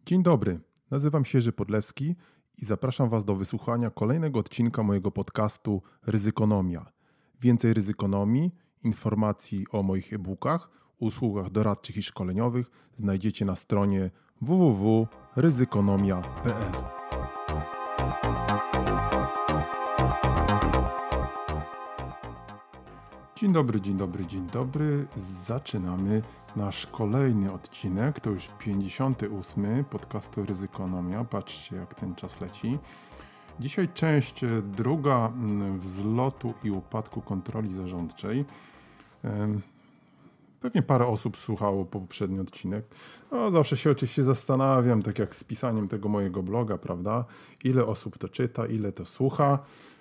Dzień dobry, nazywam się Jerzy Podlewski i zapraszam Was do wysłuchania kolejnego odcinka mojego podcastu Ryzykonomia. Więcej ryzykonomii, informacji o moich e-bookach, usługach doradczych i szkoleniowych znajdziecie na stronie www.ryzykonomia.pl. Dzień dobry. Zaczynamy nasz kolejny odcinek, to już 58. podcastu Ryzykonomia. Patrzcie, jak ten czas leci. Dzisiaj część druga wzlotu i upadku kontroli zarządczej. Pewnie parę osób słuchało poprzedni odcinek. Zawsze się oczywiście zastanawiam, tak jak z pisaniem tego mojego bloga, prawda? Ile osób to czyta, ile to słucha.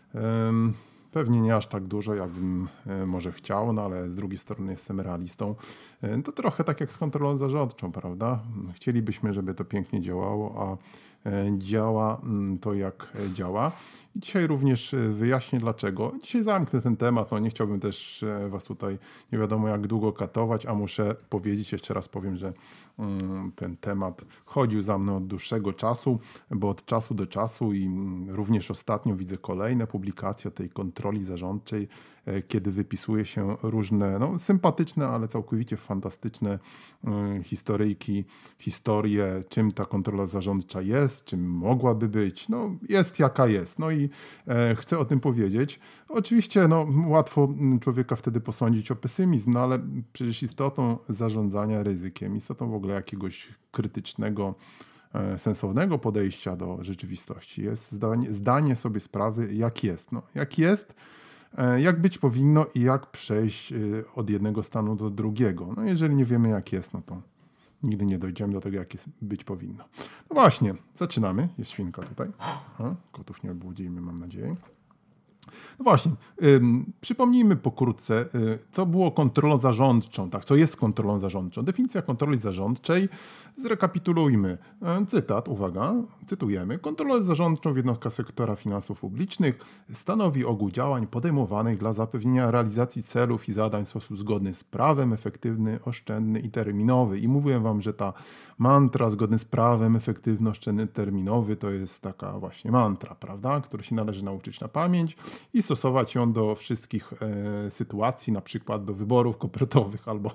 Pewnie nie aż tak dużo, jakbym może chciał, no ale z drugiej strony jestem realistą. To trochę tak jak z kontrolą zarządczą, prawda? Chcielibyśmy, żeby to pięknie działało, a działa to jak działa. I dzisiaj również wyjaśnię dlaczego. Dzisiaj zamknę ten temat, nie chciałbym też Was tutaj nie wiadomo jak długo katować, a muszę powiedzieć, jeszcze raz powiem, że ten temat chodził za mną od dłuższego czasu, bo od czasu do czasu i również ostatnio widzę kolejne publikacje o tej kontroli zarządczej, kiedy wypisuje się różne sympatyczne, ale całkowicie fantastyczne historyjki, historie, czym ta kontrola zarządcza jest, czym mogłaby być. Jest jaka jest. I chcę o tym powiedzieć. Oczywiście łatwo człowieka wtedy posądzić o pesymizm, ale przecież istotą zarządzania ryzykiem, istotą w ogóle jakiegoś krytycznego, sensownego podejścia do rzeczywistości jest zdanie sobie sprawy, jak jest. Jak jest, jak być powinno i jak przejść od jednego stanu do drugiego. Jeżeli nie wiemy, jak jest, to nigdy nie dojdziemy do tego, jak jest być powinno. Właśnie, zaczynamy. Jest świnka tutaj. Kotów nie obudzimy, mam nadzieję. Właśnie, przypomnijmy pokrótce, co było kontrolą zarządczą, tak, co jest kontrolą zarządczą. Definicja kontroli zarządczej, zrekapitulujmy. Cytat, uwaga, cytujemy. Kontrolę zarządczą w jednostkach sektora finansów publicznych stanowi ogół działań podejmowanych dla zapewnienia realizacji celów i zadań w sposób zgodny z prawem, efektywny, oszczędny i terminowy. I mówiłem Wam, że ta mantra zgodny z prawem, efektywny, oszczędny, terminowy to jest taka właśnie mantra, prawda, którą się należy nauczyć na pamięć i stosować ją do wszystkich sytuacji, na przykład do wyborów kopertowych albo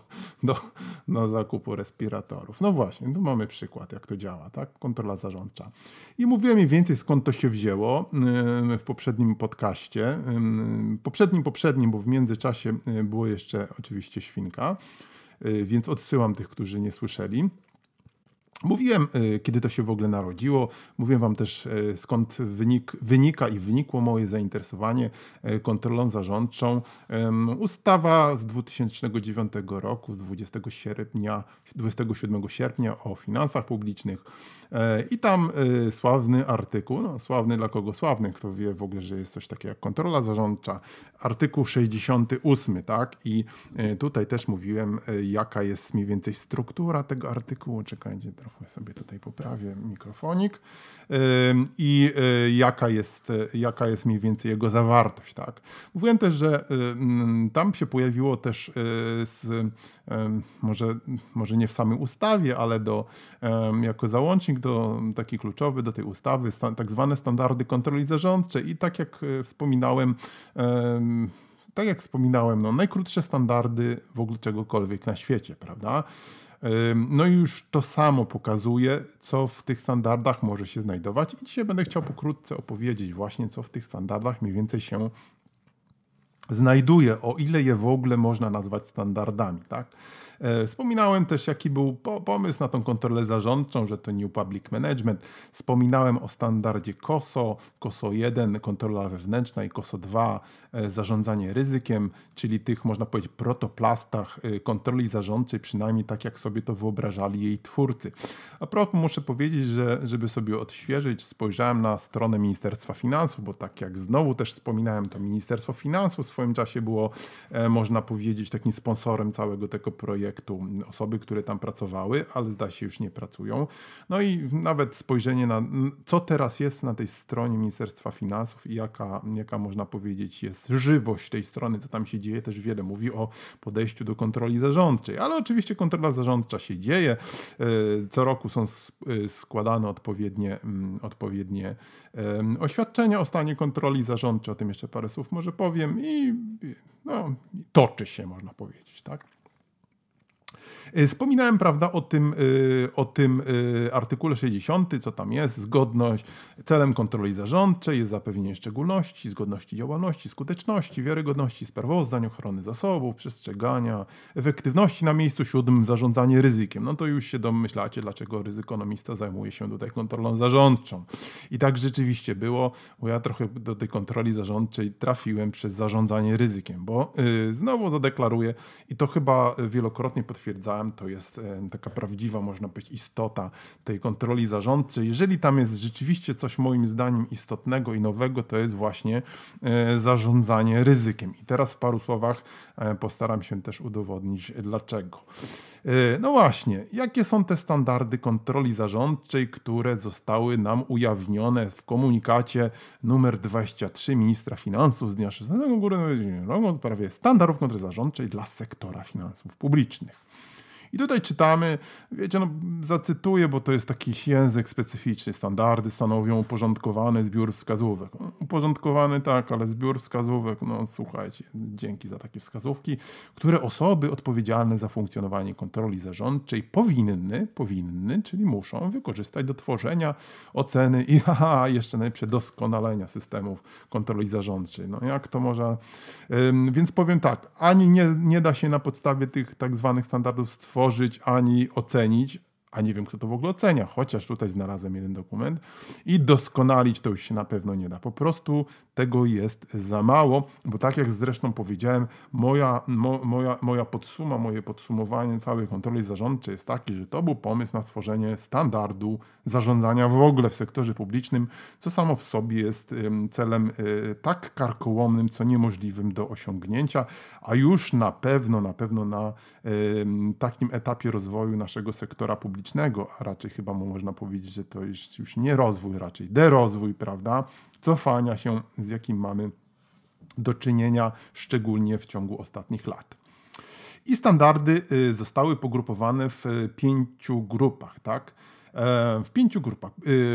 do zakupu respiratorów. Właśnie, tu mamy przykład, jak to działa, tak? Kontrola zarządcza. I mówiłem mniej więcej, skąd to się wzięło w poprzednim podcaście. Poprzednim, bo w międzyczasie było jeszcze oczywiście świnka, więc odsyłam tych, którzy nie słyszeli. Mówiłem, kiedy to się w ogóle narodziło. Mówiłem Wam też, skąd wynika i wynikło moje zainteresowanie kontrolą zarządczą. Ustawa z 2009 roku, z 27 sierpnia o finansach publicznych. I tam sławny artykuł, sławny dla kogo sławny, kto wie w ogóle, że jest coś takiego jak kontrola zarządcza. Artykuł 68, tak? I tutaj też mówiłem, jaka jest mniej więcej struktura tego artykułu. Czekajcie, trochę sobie tutaj poprawię mikrofonik. I jaka jest mniej więcej jego zawartość, tak? Mówiłem też, że tam się pojawiło też może nie w samej ustawie, ale jako załącznik taki kluczowy do tej ustawy, tak zwane standardy kontroli zarządczej i tak jak wspominałem, najkrótsze standardy w ogóle czegokolwiek na świecie, prawda? I już to samo pokazuje, co w tych standardach może się znajdować. I dzisiaj będę chciał pokrótce opowiedzieć właśnie, co w tych standardach mniej więcej się znajduje, o ile je w ogóle można nazwać standardami, tak? Wspominałem też, jaki był pomysł na tą kontrolę zarządczą, że to New Public Management. Wspominałem o standardzie COSO, COSO 1, kontrola wewnętrzna i COSO 2, zarządzanie ryzykiem, czyli tych, można powiedzieć, protoplastach kontroli zarządczej, przynajmniej tak, jak sobie to wyobrażali jej twórcy. A propos muszę powiedzieć, że żeby sobie odświeżyć, spojrzałem na stronę Ministerstwa Finansów, bo tak jak znowu też wspominałem, to Ministerstwo Finansów w swoim czasie było, można powiedzieć, takim sponsorem całego tego projektu. projektu osoby, które tam pracowały, ale zdaje się już nie pracują. No i nawet spojrzenie na co teraz jest na tej stronie Ministerstwa Finansów i jaka można powiedzieć jest żywość tej strony, co tam się dzieje, też wiele mówi o podejściu do kontroli zarządczej. Ale oczywiście kontrola zarządcza się dzieje. Co roku są składane odpowiednie oświadczenia o stanie kontroli zarządczej. O tym jeszcze parę słów może powiem i toczy się, można powiedzieć, tak? Wspominałem, prawda, o tym artykule 60, co tam jest, zgodność. Celem kontroli zarządczej jest zapewnienie szczególności, zgodności działalności, skuteczności, wiarygodności sprawozdań, ochrony zasobów, przestrzegania, efektywności na miejscu. 7, zarządzanie ryzykiem. No to już się domyślacie, dlaczego ryzykonomista zajmuje się tutaj kontrolą zarządczą. I tak rzeczywiście było, bo ja trochę do tej kontroli zarządczej trafiłem przez zarządzanie ryzykiem, bo znowu zadeklaruję i to chyba wielokrotnie potwierdzałem, to jest taka prawdziwa, można powiedzieć, istota tej kontroli zarządczej. Jeżeli tam jest rzeczywiście coś moim zdaniem istotnego i nowego, to jest właśnie zarządzanie ryzykiem. I teraz w paru słowach postaram się też udowodnić dlaczego. No właśnie, jakie są te standardy kontroli zarządczej, które zostały nam ujawnione w komunikacie numer 23 Ministra Finansów z dnia 16 grudnia w sprawie standardów kontroli zarządczej dla sektora finansów publicznych. I tutaj czytamy, wiecie, zacytuję, bo to jest taki język specyficzny. Standardy stanowią uporządkowany zbiór wskazówek. Uporządkowany tak, ale zbiór wskazówek, słuchajcie, dzięki za takie wskazówki, które osoby odpowiedzialne za funkcjonowanie kontroli zarządczej powinny, czyli muszą wykorzystać do tworzenia, oceny i jeszcze najlepsze doskonalenia systemów kontroli zarządczej. Jak to można? Więc powiem tak, ani nie da się na podstawie tych tak zwanych standardów stworzyć, ani ocenić, a nie wiem, kto to w ogóle ocenia, chociaż tutaj znalazłem jeden dokument i doskonalić to już się na pewno nie da. Po prostu tego jest za mało, bo tak jak zresztą powiedziałem, moje podsumowanie całej kontroli zarządczej jest taki, że to był pomysł na stworzenie standardu zarządzania w ogóle w sektorze publicznym, co samo w sobie jest celem tak karkołomnym, co niemożliwym do osiągnięcia, a już na pewno na takim etapie rozwoju naszego sektora publicznego, a raczej chyba można powiedzieć, że to jest już nie rozwój, raczej derozwój, prawda? Cofania się, z jakim mamy do czynienia, szczególnie w ciągu ostatnich lat. I standardy zostały pogrupowane w 5 grupach, tak? W 5 grupach.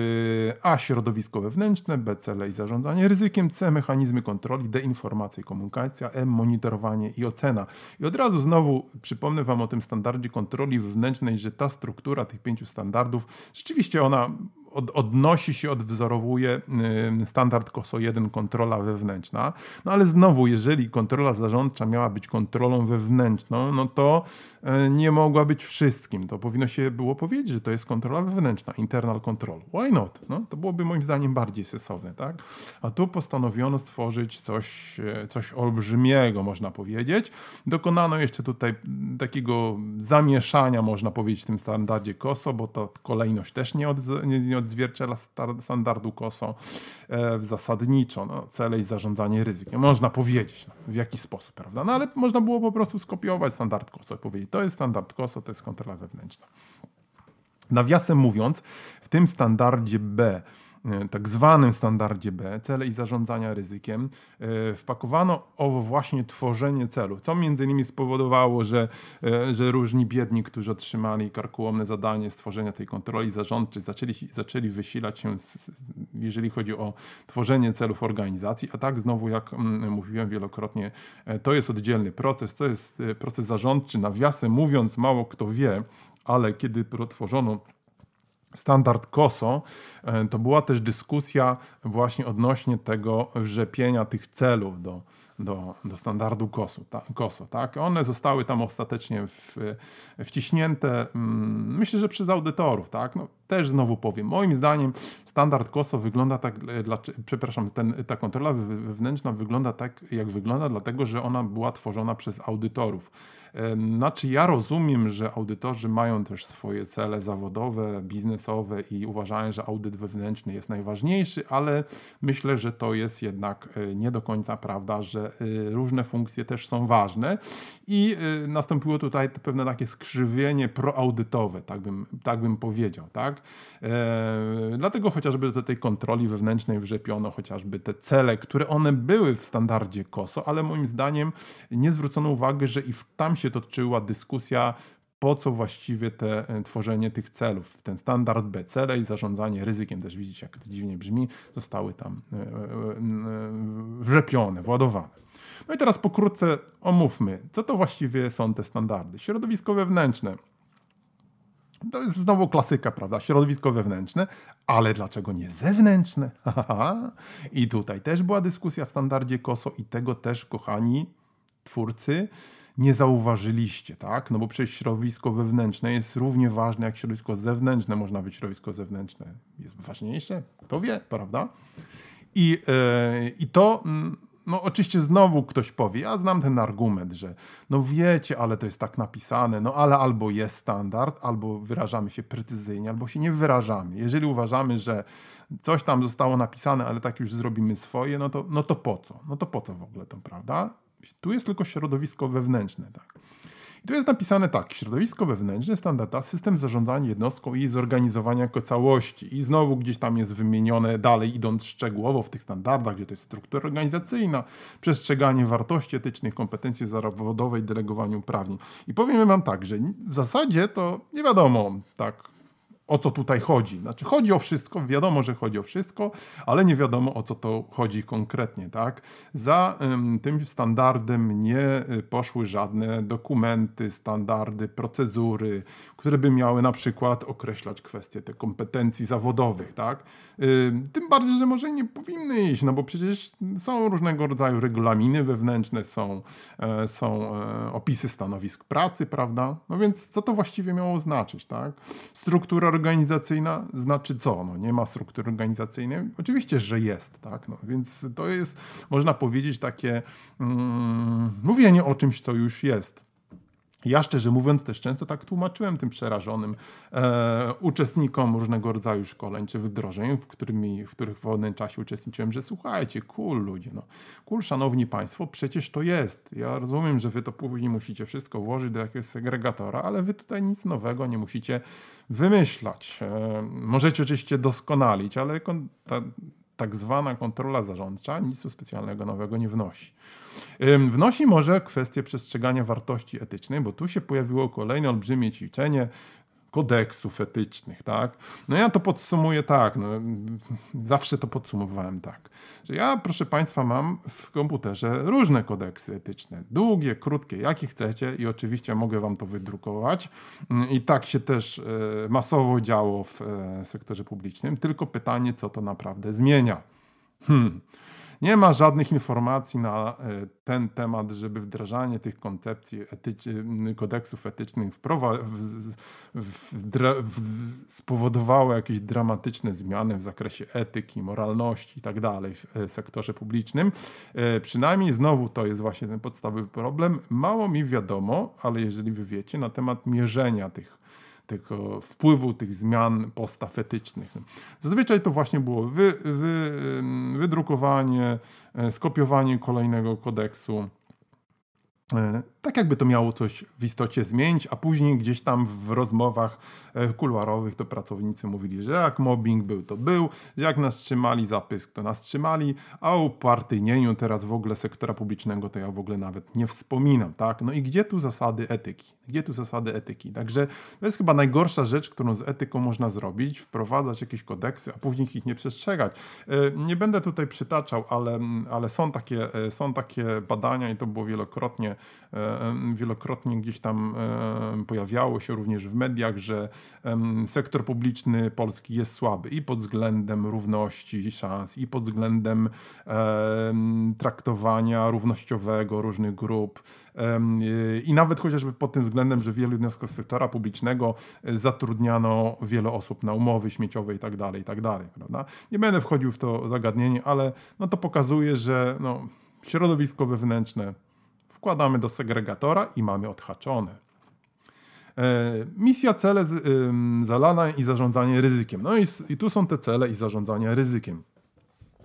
A. Środowisko wewnętrzne, B. Cele i zarządzanie ryzykiem, C. Mechanizmy kontroli, D. Informacja i komunikacja, M. Monitorowanie i ocena. I od razu znowu przypomnę wam o tym standardzie kontroli wewnętrznej, że ta struktura tych 5 standardów, rzeczywiście ona odnosi się, odwzorowuje standard KOSO 1, kontrola wewnętrzna. Ale znowu, jeżeli kontrola zarządcza miała być kontrolą wewnętrzną, to nie mogła być wszystkim. To powinno się było powiedzieć, że to jest kontrola wewnętrzna, internal control. Why not? To byłoby moim zdaniem bardziej sensowne, tak? A tu postanowiono stworzyć coś olbrzymiego, można powiedzieć. Dokonano jeszcze tutaj takiego zamieszania, można powiedzieć, w tym standardzie KOSO, bo ta kolejność też nie odzwierciedla standardu KOSO zasadniczo. Cele i zarządzanie ryzykiem. Można powiedzieć, w jaki sposób, prawda? Ale można było po prostu skopiować standard KOSO i powiedzieć, to jest standard KOSO, to jest kontrola wewnętrzna. Nawiasem mówiąc, w tym standardzie B, tak zwanym standardzie B, cele i zarządzania ryzykiem, wpakowano owo właśnie tworzenie celów, co między innymi spowodowało, że różni biedni, którzy otrzymali karkołomne zadanie stworzenia tej kontroli zarządczej, zaczęli wysilać się, jeżeli chodzi o tworzenie celów organizacji, a tak znowu, jak mówiłem wielokrotnie, to jest oddzielny proces, to jest proces zarządczy. Nawiasem mówiąc, mało kto wie, ale kiedy tworzono standard KOSO, to była też dyskusja właśnie odnośnie tego wszczepienia tych celów do standardu KOSO, tak? One zostały tam ostatecznie wciśnięte, myślę, że przez audytorów, tak? Też znowu powiem, moim zdaniem standard KOSO wygląda tak, ta kontrola wewnętrzna wygląda tak, jak wygląda, dlatego, że ona była tworzona przez audytorów. Znaczy ja rozumiem, że audytorzy mają też swoje cele zawodowe, biznesowe i uważają, że audyt wewnętrzny jest najważniejszy, ale myślę, że to jest jednak nie do końca prawda, że te różne funkcje też są ważne i nastąpiło tutaj pewne takie skrzywienie proaudytowe, tak bym powiedział, tak? Dlatego chociażby do tej kontroli wewnętrznej wrzepiono chociażby te cele, które one były w standardzie KOSO, ale moim zdaniem nie zwrócono uwagi, że i tam się toczyła dyskusja, po co właściwie tworzenie tych celów. Ten standard B, cele i zarządzanie ryzykiem, też widzicie, jak to dziwnie brzmi, zostały tam wrzepione, władowane. No i teraz pokrótce omówmy, co to właściwie są te standardy. Środowisko wewnętrzne. To jest znowu klasyka, prawda? Środowisko wewnętrzne, ale dlaczego nie zewnętrzne? I tutaj też była dyskusja w standardzie KOSO i tego też, kochani twórcy, nie zauważyliście, tak? No bo przecież środowisko wewnętrzne jest równie ważne jak środowisko zewnętrzne. Można być środowisko zewnętrzne jest ważniejsze, kto wie, prawda? I to, no oczywiście znowu ktoś powie, ja znam ten argument, że no wiecie, ale to jest tak napisane, no ale albo jest standard, albo wyrażamy się precyzyjnie, albo się nie wyrażamy. Jeżeli uważamy, że coś tam zostało napisane, ale tak już zrobimy swoje, no to po co? No to po co w ogóle to, prawda? Tu jest tylko środowisko wewnętrzne, tak. I tu jest napisane tak, środowisko wewnętrzne, standarda, system zarządzania jednostką i zorganizowania jako całości. I znowu gdzieś tam jest wymienione dalej, idąc szczegółowo w tych standardach, gdzie to jest struktura organizacyjna, przestrzeganie wartości etycznych, kompetencji zawodowej, delegowanie uprawnień. I powiem wam tak, że w zasadzie to nie wiadomo, tak, o co tutaj chodzi. Znaczy chodzi o wszystko, wiadomo, że chodzi o wszystko, ale nie wiadomo, o co to chodzi konkretnie, tak? Za tym standardem nie poszły żadne dokumenty, standardy, procedury, które by miały na przykład określać kwestie te kompetencji zawodowych, tak? Tym bardziej, że może nie powinny iść, no bo przecież są różnego rodzaju regulaminy wewnętrzne, są opisy stanowisk pracy, prawda? No więc co to właściwie miało znaczyć, tak? Struktura organizacyjna znaczy co? No nie ma struktury organizacyjnej? Oczywiście, że jest, tak? No, więc to jest, można powiedzieć, takie mówienie o czymś, co już jest. Ja szczerze mówiąc też często tak tłumaczyłem tym przerażonym uczestnikom różnego rodzaju szkoleń czy wdrożeń, w których w wolnym czasie uczestniczyłem, że słuchajcie, ludzie, szanowni państwo, przecież to jest. Ja rozumiem, że wy to później musicie wszystko włożyć do jakiegoś segregatora, ale wy tutaj nic nowego nie musicie wymyślać. Możecie oczywiście doskonalić, ale tak zwana kontrola zarządcza nic tu specjalnego nowego nie wnosi. Wnosi może kwestię przestrzegania wartości etycznych, bo tu się pojawiło kolejne olbrzymie ćwiczenie kodeksów etycznych, tak? No ja to podsumuję tak, zawsze to podsumowałem tak, że ja, proszę państwa, mam w komputerze różne kodeksy etyczne, długie, krótkie, jakie chcecie i oczywiście mogę wam to wydrukować i tak się też masowo działo w sektorze publicznym, tylko pytanie, co to naprawdę zmienia. Nie ma żadnych informacji na ten temat, żeby wdrażanie tych koncepcji kodeksów etycznych spowodowało jakieś dramatyczne zmiany w zakresie etyki, moralności i tak dalej w sektorze publicznym. Przynajmniej znowu to jest właśnie ten podstawowy problem. Mało mi wiadomo, ale jeżeli wy wiecie, na temat mierzenia tego wpływu tych zmian postaw etycznych. Zazwyczaj to właśnie było wydrukowanie, skopiowanie kolejnego kodeksu, tak jakby to miało coś w istocie zmienić, a później gdzieś tam w rozmowach kuluarowych to pracownicy mówili, że jak mobbing był, to był, że jak nas trzymali za pysk, to nas trzymali, a o upartyjnieniu teraz w ogóle sektora publicznego to ja w ogóle nawet nie wspominam, tak? No i gdzie tu zasady etyki? Gdzie tu zasady etyki? Także to jest chyba najgorsza rzecz, którą z etyką można zrobić, wprowadzać jakieś kodeksy, a później ich nie przestrzegać. Nie będę tutaj przytaczał, ale są takie badania i to było wielokrotnie gdzieś tam pojawiało się również w mediach, że sektor publiczny polski jest słaby i pod względem równości szans, i pod względem traktowania równościowego różnych grup i nawet chociażby pod tym względem, że w wielu jednostkach sektora publicznego zatrudniano wiele osób na umowy śmieciowe i tak dalej, prawda? Nie będę wchodził w to zagadnienie, ale no to pokazuje, że środowisko wewnętrzne wkładamy do segregatora i mamy odhaczone. Misja, cele, zadania i zarządzanie ryzykiem. No i tu są te cele i zarządzanie ryzykiem.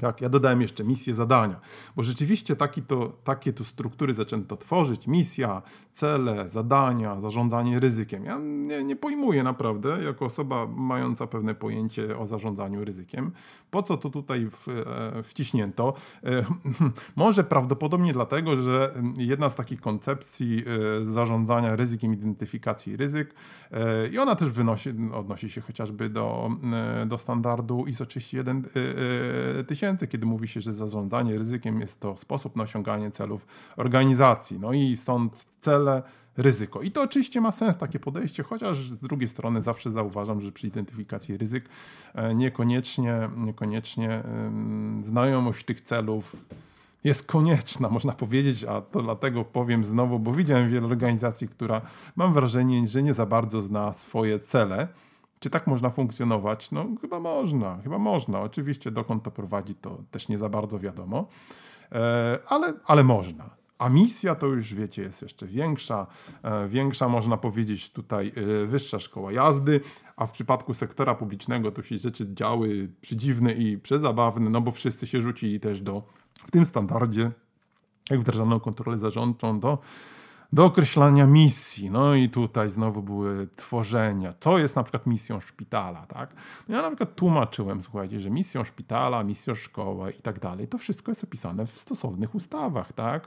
Tak, ja dodałem jeszcze misję, zadania, bo rzeczywiście takie tu struktury zaczęto tworzyć, misja, cele, zadania, zarządzanie ryzykiem. Ja nie pojmuję naprawdę, jako osoba mająca pewne pojęcie o zarządzaniu ryzykiem, po co to tutaj wciśnięto. Może prawdopodobnie dlatego, że jedna z takich koncepcji zarządzania ryzykiem, identyfikacji ryzyk i ona też odnosi się chociażby do standardu ISO 31000, kiedy mówi się, że zarządzanie ryzykiem jest to sposób na osiąganie celów organizacji. No i stąd cele, ryzyko. I to oczywiście ma sens, takie podejście, chociaż z drugiej strony zawsze zauważam, że przy identyfikacji ryzyk niekoniecznie znajomość tych celów jest konieczna, można powiedzieć, a to dlatego powiem znowu, bo widziałem wiele organizacji, która mam wrażenie, że nie za bardzo zna swoje cele. Czy tak można funkcjonować? No chyba można. Oczywiście dokąd to prowadzi, to też nie za bardzo wiadomo, ale można. A misja to już wiecie jest jeszcze większa można powiedzieć tutaj wyższa szkoła jazdy, a w przypadku sektora publicznego to się rzeczy działy przedziwne i przezabawne, no bo wszyscy się rzucili też w tym standardzie, jak wdrażano kontrolę zarządczą, do określania misji. No i tutaj znowu były tworzenia. Co jest na przykład misją szpitala, tak? No ja na przykład tłumaczyłem, słuchajcie, że misją szpitala, misją szkoły i tak dalej, to wszystko jest opisane w stosownych ustawach, tak?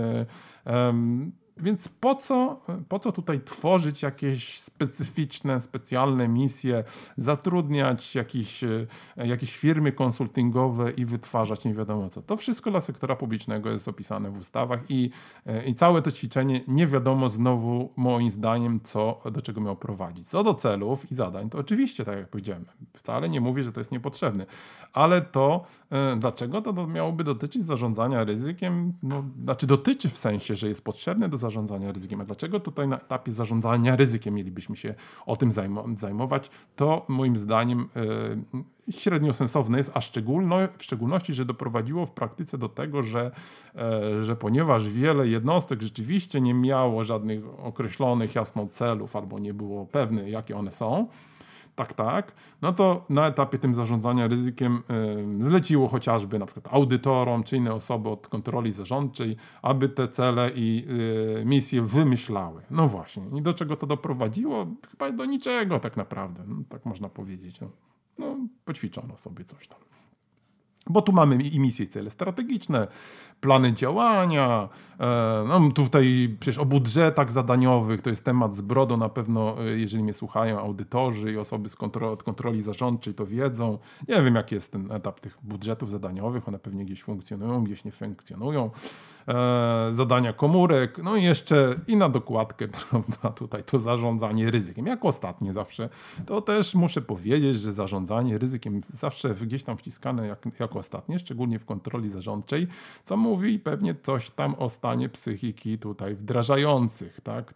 Więc po co tutaj tworzyć jakieś specyficzne, specjalne misje, zatrudniać jakieś firmy konsultingowe i wytwarzać nie wiadomo co. To wszystko dla sektora publicznego jest opisane w ustawach i całe to ćwiczenie nie wiadomo znowu moim zdaniem do czego miało prowadzić. Co do celów i zadań, to oczywiście, tak jak powiedziałem, wcale nie mówię, że to jest niepotrzebne, ale dlaczego to miałoby dotyczyć zarządzania ryzykiem? No, znaczy dotyczy w sensie, że jest potrzebne do zarządzania ryzykiem. A dlaczego tutaj na etapie zarządzania ryzykiem mielibyśmy się o tym zajmować? To moim zdaniem średnio sensowne jest, a w szczególności, że doprowadziło w praktyce do tego, że ponieważ wiele jednostek rzeczywiście nie miało żadnych określonych jasno celów albo nie było pewne, jakie one są, no to na etapie tym zarządzania ryzykiem zleciło chociażby na przykład audytorom czy inne osoby od kontroli zarządczej, aby te cele i misje wymyślały. No właśnie. I do czego to doprowadziło? Chyba do niczego tak naprawdę. No, tak można powiedzieć. No, poćwiczono sobie coś tam. Bo tu mamy i misje i cele strategiczne, plany działania, no tutaj przecież o budżetach zadaniowych, to jest temat z brodą na pewno, jeżeli mnie słuchają audytorzy i osoby od kontroli zarządczej, to wiedzą. Nie wiem, jaki jest ten etap tych budżetów zadaniowych, one pewnie gdzieś funkcjonują, gdzieś nie funkcjonują. Zadania komórek, no i jeszcze i na dokładkę, prawda, tutaj to zarządzanie ryzykiem. Jak ostatnie zawsze, to też muszę powiedzieć, że zarządzanie ryzykiem zawsze gdzieś tam wciskane jako ostatnie, szczególnie w kontroli zarządczej, co mówi pewnie coś tam o stanie psychiki tutaj wdrażających, tak,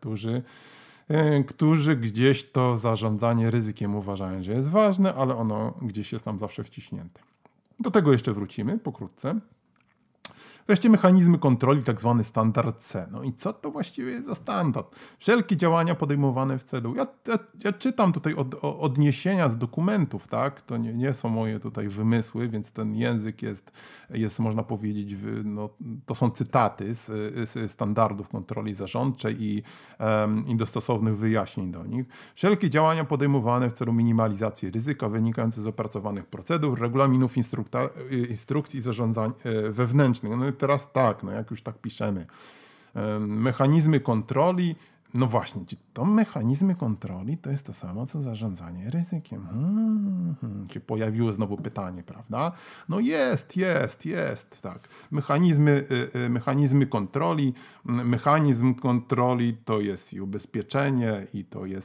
którzy gdzieś to zarządzanie ryzykiem uważają, że jest ważne, ale ono gdzieś jest tam zawsze wciśnięte. Do tego jeszcze wrócimy pokrótce. Wreszcie mechanizmy kontroli, tak zwany standard C. No i co to właściwie jest za standard? Wszelkie działania podejmowane w celu. Ja czytam tutaj odniesienia z dokumentów, tak? To nie są moje tutaj wymysły, więc ten język jest można powiedzieć, to są cytaty z standardów kontroli zarządczej i do stosownych wyjaśnień do nich. Wszelkie działania podejmowane w celu minimalizacji ryzyka wynikające z opracowanych procedur, regulaminów, instrukcji zarządzania wewnętrznych. No teraz tak, jak już tak piszemy. Mechanizmy kontroli, no właśnie, czy to mechanizmy kontroli to jest to samo, co zarządzanie ryzykiem? Się pojawiło znowu pytanie, prawda? No jest, tak. Mechanizmy kontroli. Mechanizm kontroli to jest i ubezpieczenie, i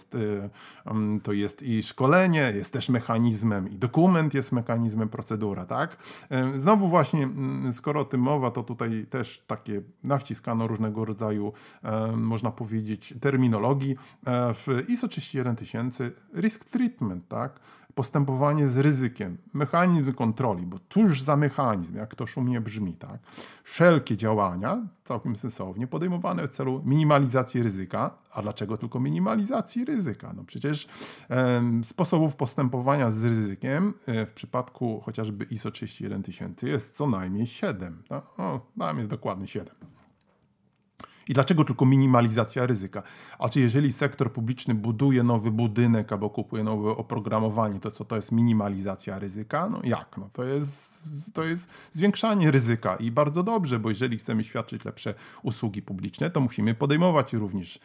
to jest i szkolenie, jest też mechanizmem, i dokument jest mechanizmem, procedura, tak? Znowu właśnie, skoro o tym mowa, to tutaj też takie nawciskano różnego rodzaju, można powiedzieć, terminologii w ISO 31000 risk treatment, tak? Postępowanie z ryzykiem, mechanizm kontroli, bo cóż za mechanizm, jak to szumnie brzmi, tak? Wszelkie działania, całkiem sensownie, podejmowane w celu minimalizacji ryzyka. A dlaczego tylko minimalizacji ryzyka? No przecież sposobów postępowania z ryzykiem w przypadku chociażby ISO 31000 jest co najmniej 7. Tak? Tam jest dokładnie 7. I dlaczego tylko minimalizacja ryzyka? A czy jeżeli sektor publiczny buduje nowy budynek albo kupuje nowe oprogramowanie, to co to jest minimalizacja ryzyka? No jak? No to jest zwiększanie ryzyka i bardzo dobrze, bo jeżeli chcemy świadczyć lepsze usługi publiczne, to musimy podejmować również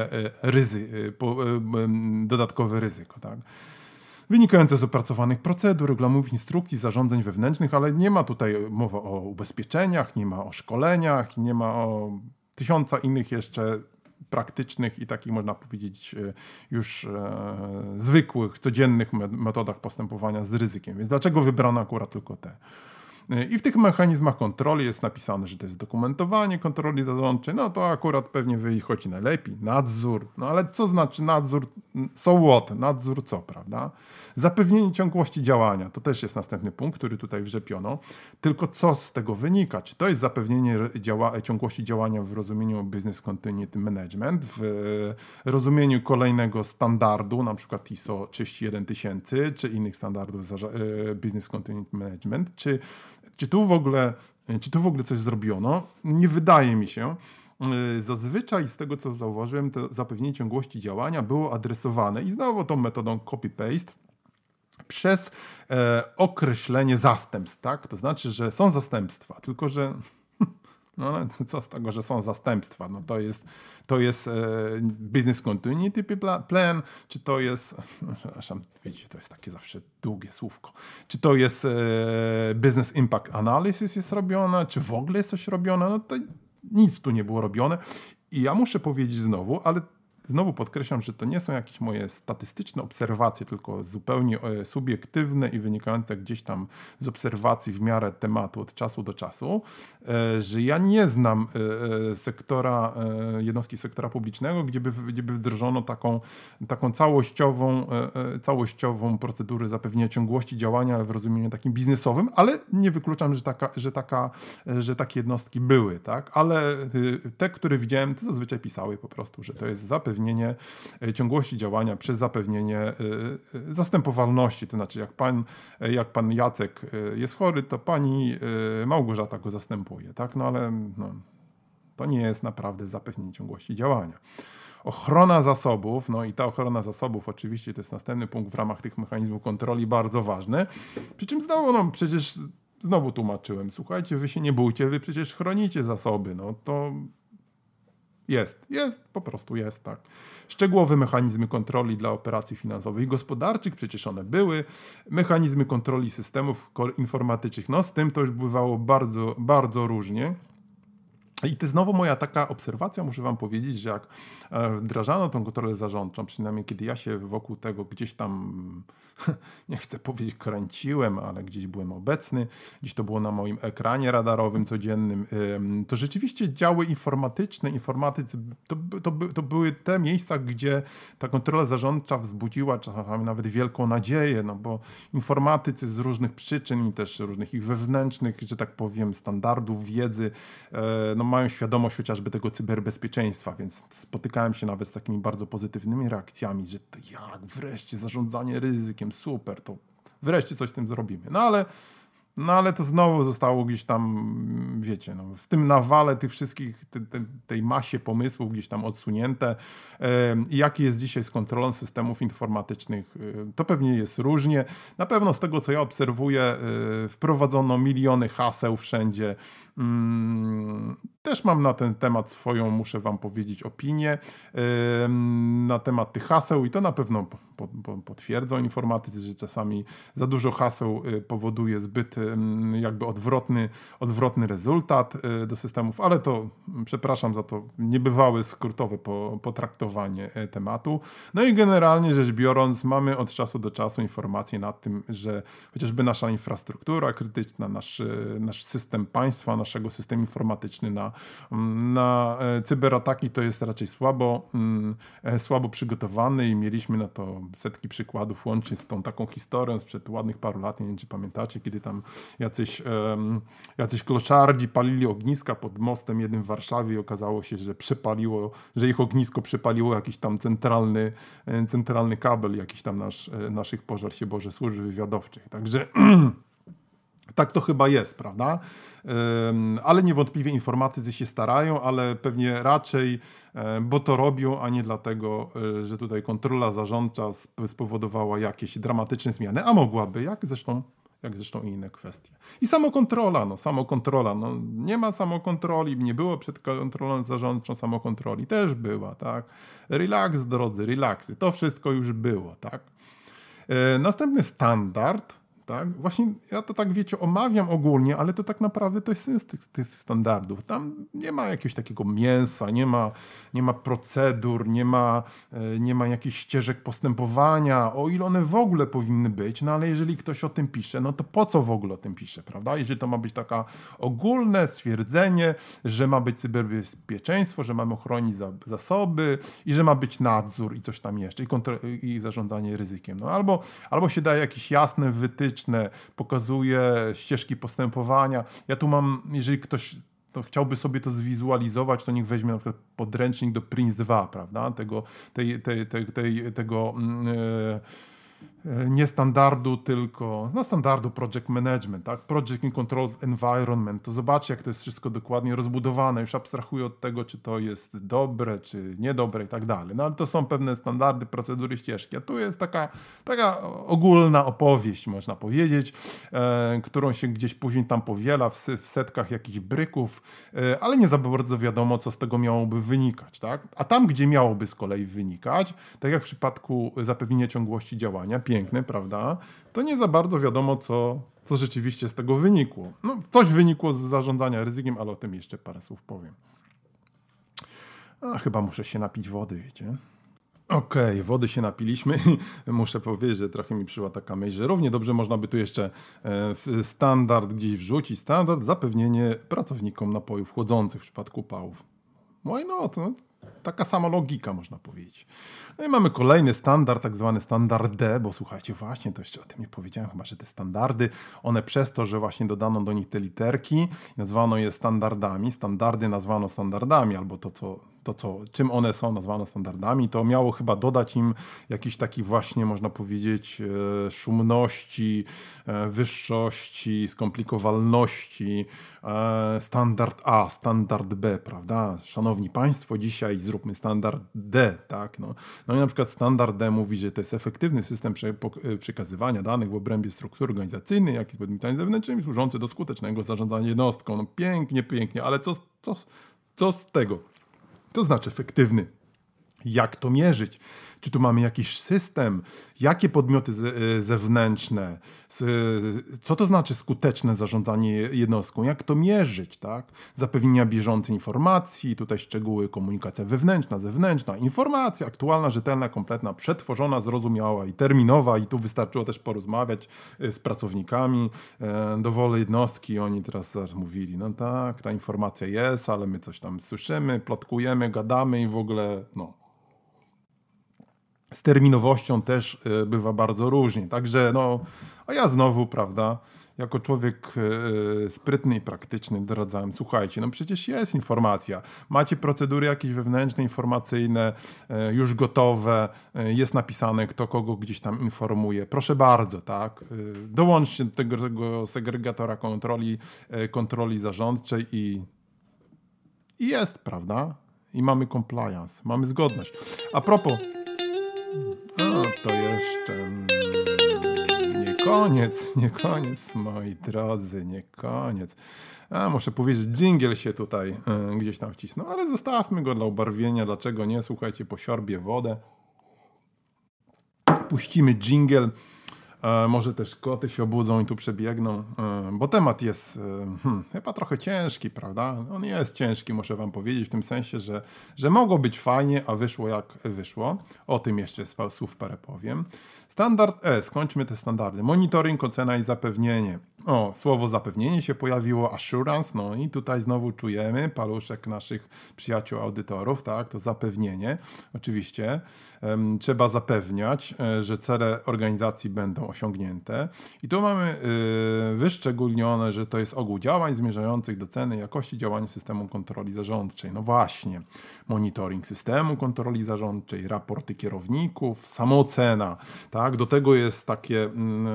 dodatkowe ryzyko. Tak? Wynikające z opracowanych procedur, regulaminów, instrukcji, zarządzeń wewnętrznych, ale nie ma tutaj mowy o ubezpieczeniach, nie ma o szkoleniach, nie ma o tysiąca innych jeszcze praktycznych i takich, można powiedzieć, już zwykłych, codziennych metodach postępowania z ryzykiem. Więc dlaczego wybrano akurat tylko te? I w tych mechanizmach kontroli jest napisane, że to jest dokumentowanie kontroli zarządczej, no to akurat pewnie wychodzi najlepiej. Nadzór, no ale co znaczy nadzór? So what? Nadzór co, prawda? Zapewnienie ciągłości działania, to też jest następny punkt, który tutaj wrzepiono. Tylko co z tego wynika? Czy to jest zapewnienie ciągłości działania w rozumieniu Business Continuity Management, w rozumieniu kolejnego standardu, na przykład ISO 31000, czy innych standardów Business Continuity Management, czy tu w ogóle coś zrobiono? Nie wydaje mi się. Zazwyczaj z tego, co zauważyłem, to zapewnienie ciągłości działania było adresowane i znowu tą metodą copy-paste przez określenie zastępstw, tak? To znaczy, że są zastępstwa, tylko że no ale co z tego, że są zastępstwa? No to jest Business Continuity Plan, czy to jest, przepraszam, wiecie, to jest takie zawsze długie słówko, czy to jest Business Impact Analysis jest robione, czy w ogóle jest coś robione? No to nic tu nie było robione i ja muszę powiedzieć znowu podkreślam, że to nie są jakieś moje statystyczne obserwacje, tylko zupełnie subiektywne i wynikające gdzieś tam z obserwacji w miarę tematu od czasu do czasu, że ja nie znam jednostki sektora publicznego, gdzie by wdrożono taką całościową procedurę zapewnienia ciągłości działania w rozumieniu takim biznesowym, ale nie wykluczam, że takie jednostki były, tak? Ale te, które widziałem, to zazwyczaj pisały po prostu, że to jest zapewnienie ciągłości działania przez zapewnienie zastępowalności. To znaczy, jak pan Jacek jest chory, to pani Małgorzata go zastępuje, tak? No ale to nie jest naprawdę zapewnienie ciągłości działania. Ochrona zasobów, no i ta ochrona zasobów oczywiście to jest następny punkt w ramach tych mechanizmów kontroli bardzo ważny. Przy czym znowu tłumaczyłem, słuchajcie, wy się nie bójcie, wy przecież chronicie zasoby, no to po prostu jest, tak. Szczegółowe mechanizmy kontroli dla operacji finansowych i gospodarczych, przecież one były. Mechanizmy kontroli systemów informatycznych, no z tym to już bywało bardzo, bardzo różnie. I to znowu moja taka obserwacja, muszę wam powiedzieć, że jak wdrażano tą kontrolę zarządczą, przynajmniej kiedy ja się wokół tego gdzieś tam, nie chcę powiedzieć kręciłem, ale gdzieś byłem obecny, gdzieś to było na moim ekranie radarowym codziennym, to rzeczywiście działy informatyczne, informatycy, to były te miejsca, gdzie ta kontrola zarządcza wzbudziła czasami nawet wielką nadzieję, no bo informatycy z różnych przyczyn i też różnych ich wewnętrznych, że tak powiem, standardów wiedzy, no mają świadomość chociażby tego cyberbezpieczeństwa, więc spotykałem się nawet z takimi bardzo pozytywnymi reakcjami, że to jak wreszcie zarządzanie ryzykiem, super, to wreszcie coś z tym zrobimy. No ale to znowu zostało gdzieś tam, wiecie, no, w tym nawale tych wszystkich, tej masie pomysłów gdzieś tam odsunięte. I jaki jest dzisiaj z kontrolą systemów informatycznych, to pewnie jest różnie. Na pewno z tego, co ja obserwuję, wprowadzono miliony haseł wszędzie. Też mam na ten temat swoją, muszę wam powiedzieć, opinię na temat tych haseł i to na pewno potwierdzą informatycy, że czasami za dużo haseł powoduje zbyt jakby odwrotny rezultat do systemów, ale to przepraszam za to niebywałe, skrótowe potraktowanie tematu. No i generalnie rzecz biorąc mamy od czasu do czasu informacje na tym, że chociażby nasza infrastruktura krytyczna, nasz system państwa, naszego systemu informatyczny na cyberataki to jest raczej słabo przygotowany i mieliśmy na to setki przykładów, łącznie z tą taką historią sprzed ładnych paru lat, nie wiem czy pamiętacie, kiedy tam jacyś kloszardzi palili ogniska pod mostem jednym w Warszawie i okazało się, że ich ognisko przepaliło jakiś tam centralny kabel jakiś tam naszych pożar się Boże służb wywiadowczych. Także tak to chyba jest, prawda? Ale niewątpliwie informatycy się starają, ale pewnie raczej, bo to robią, a nie dlatego, że tutaj kontrola zarządcza spowodowała jakieś dramatyczne zmiany, a mogłaby, jak zresztą i inne kwestie. I samokontrola. Nie ma samokontroli, nie było przed kontrolą zarządczą samokontroli, też była, tak? Relaks, drodzy, relaksy, to wszystko już było, tak? Następny standard, tak? Właśnie ja to tak wiecie, omawiam ogólnie, ale to tak naprawdę to jest sens tych standardów. Tam nie ma jakiegoś takiego mięsa, nie ma procedur, nie ma jakichś ścieżek postępowania, o ile one w ogóle powinny być, no ale jeżeli ktoś o tym pisze, no to po co w ogóle o tym pisze, prawda? Jeżeli to ma być taka ogólne stwierdzenie, że ma być cyberbezpieczeństwo, że mamy chronić zasoby i że ma być nadzór i coś tam jeszcze i zarządzanie ryzykiem. No albo się daje jakieś jasne wytyczne, pokazuje ścieżki postępowania. Ja tu mam, jeżeli ktoś chciałby sobie to zwizualizować, to niech weźmie na przykład podręcznik do Prince2, prawda? Tego nie standardu, tylko standardu Project Management, tak? Project in Control Environment. To zobaczcie, jak to jest wszystko dokładnie rozbudowane. Już abstrahuję od tego, czy to jest dobre, czy niedobre i tak dalej. No ale to są pewne standardy, procedury, ścieżki. A tu jest taka ogólna opowieść, można powiedzieć, którą się gdzieś później tam powiela w setkach jakichś bryków, ale nie za bardzo wiadomo, co z tego miałoby wynikać, tak? A tam, gdzie miałoby z kolei wynikać, tak jak w przypadku zapewnienia ciągłości działania, piękne, prawda? To nie za bardzo wiadomo, co rzeczywiście z tego wynikło. No, coś wynikło z zarządzania ryzykiem, ale o tym jeszcze parę słów powiem. Chyba muszę się napić wody, wiecie? Okej, wody się napiliśmy. Muszę powiedzieć, że trochę mi przyszła taka myśl, że równie dobrze można by tu jeszcze standard gdzieś wrzucić. Standard zapewnienie pracownikom napojów chłodzących w przypadku upałów. Why not? No, taka sama logika, można powiedzieć. No i mamy kolejny standard, tak zwany standard D, bo słuchajcie, właśnie to jeszcze o tym nie powiedziałem, chyba że te standardy, one przez to, że właśnie dodano do nich te literki, nazwano je standardami, standardy nazwano standardami, albo czym one są nazwane standardami, to miało chyba dodać im jakiś taki właśnie, można powiedzieć, szumności, wyższości, skomplikowalności, standard A, standard B, prawda? Szanowni Państwo, dzisiaj zróbmy standard D, tak? No i na przykład standard D mówi, że to jest efektywny system przekazywania danych w obrębie struktury organizacyjnej, jak i z podmiotami zewnętrznymi, służący do skutecznego zarządzania jednostką. No pięknie, ale co z tego? To znaczy efektywny. Jak to mierzyć? Czy tu mamy jakiś system? Jakie podmioty zewnętrzne? Co to znaczy skuteczne zarządzanie jednostką? Jak to mierzyć? Tak? Zapewnienia bieżącej informacji, tutaj szczegóły, komunikacja wewnętrzna, zewnętrzna, informacja aktualna, rzetelna, kompletna, przetworzona, zrozumiała i terminowa. I tu wystarczyło też porozmawiać z pracownikami dowolnej jednostki. Oni teraz mówili, no tak, ta informacja jest, ale my coś tam słyszymy, plotkujemy, gadamy i w ogóle z terminowością też bywa bardzo różnie. Także a ja znowu, prawda, jako człowiek sprytny i praktyczny doradzałem, słuchajcie, przecież jest informacja. Macie procedury jakieś wewnętrzne, informacyjne, już gotowe, jest napisane, kto kogo gdzieś tam informuje. Proszę bardzo, tak, dołączcie do tego segregatora kontroli zarządczej i jest, prawda? I mamy compliance, mamy zgodność. A propos, to jeszcze nie koniec, moi drodzy, nie koniec. Muszę powiedzieć, dżingiel się tutaj gdzieś tam wcisnął, ale zostawmy go dla ubarwienia. Dlaczego nie? Słuchajcie, posiorbie wodę. Puścimy dżingiel. Może też koty się obudzą i tu przebiegną, bo temat jest chyba trochę ciężki, prawda? On jest ciężki, muszę wam powiedzieć, w tym sensie, że mogło być fajnie, a wyszło jak wyszło. O tym jeszcze słów parę powiem. Standard E, skończmy te standardy. Monitoring, ocena i zapewnienie. O, słowo zapewnienie się pojawiło, assurance, no i tutaj znowu czujemy paluszek naszych przyjaciół audytorów, tak, to zapewnienie. Oczywiście trzeba zapewniać, że cele organizacji będą osiągnięte. I tu mamy wyszczególnione, że to jest ogół działań zmierzających do ceny jakości działania systemu kontroli zarządczej. No właśnie, monitoring systemu kontroli zarządczej, raporty kierowników, samoocena, tak, do tego jest takie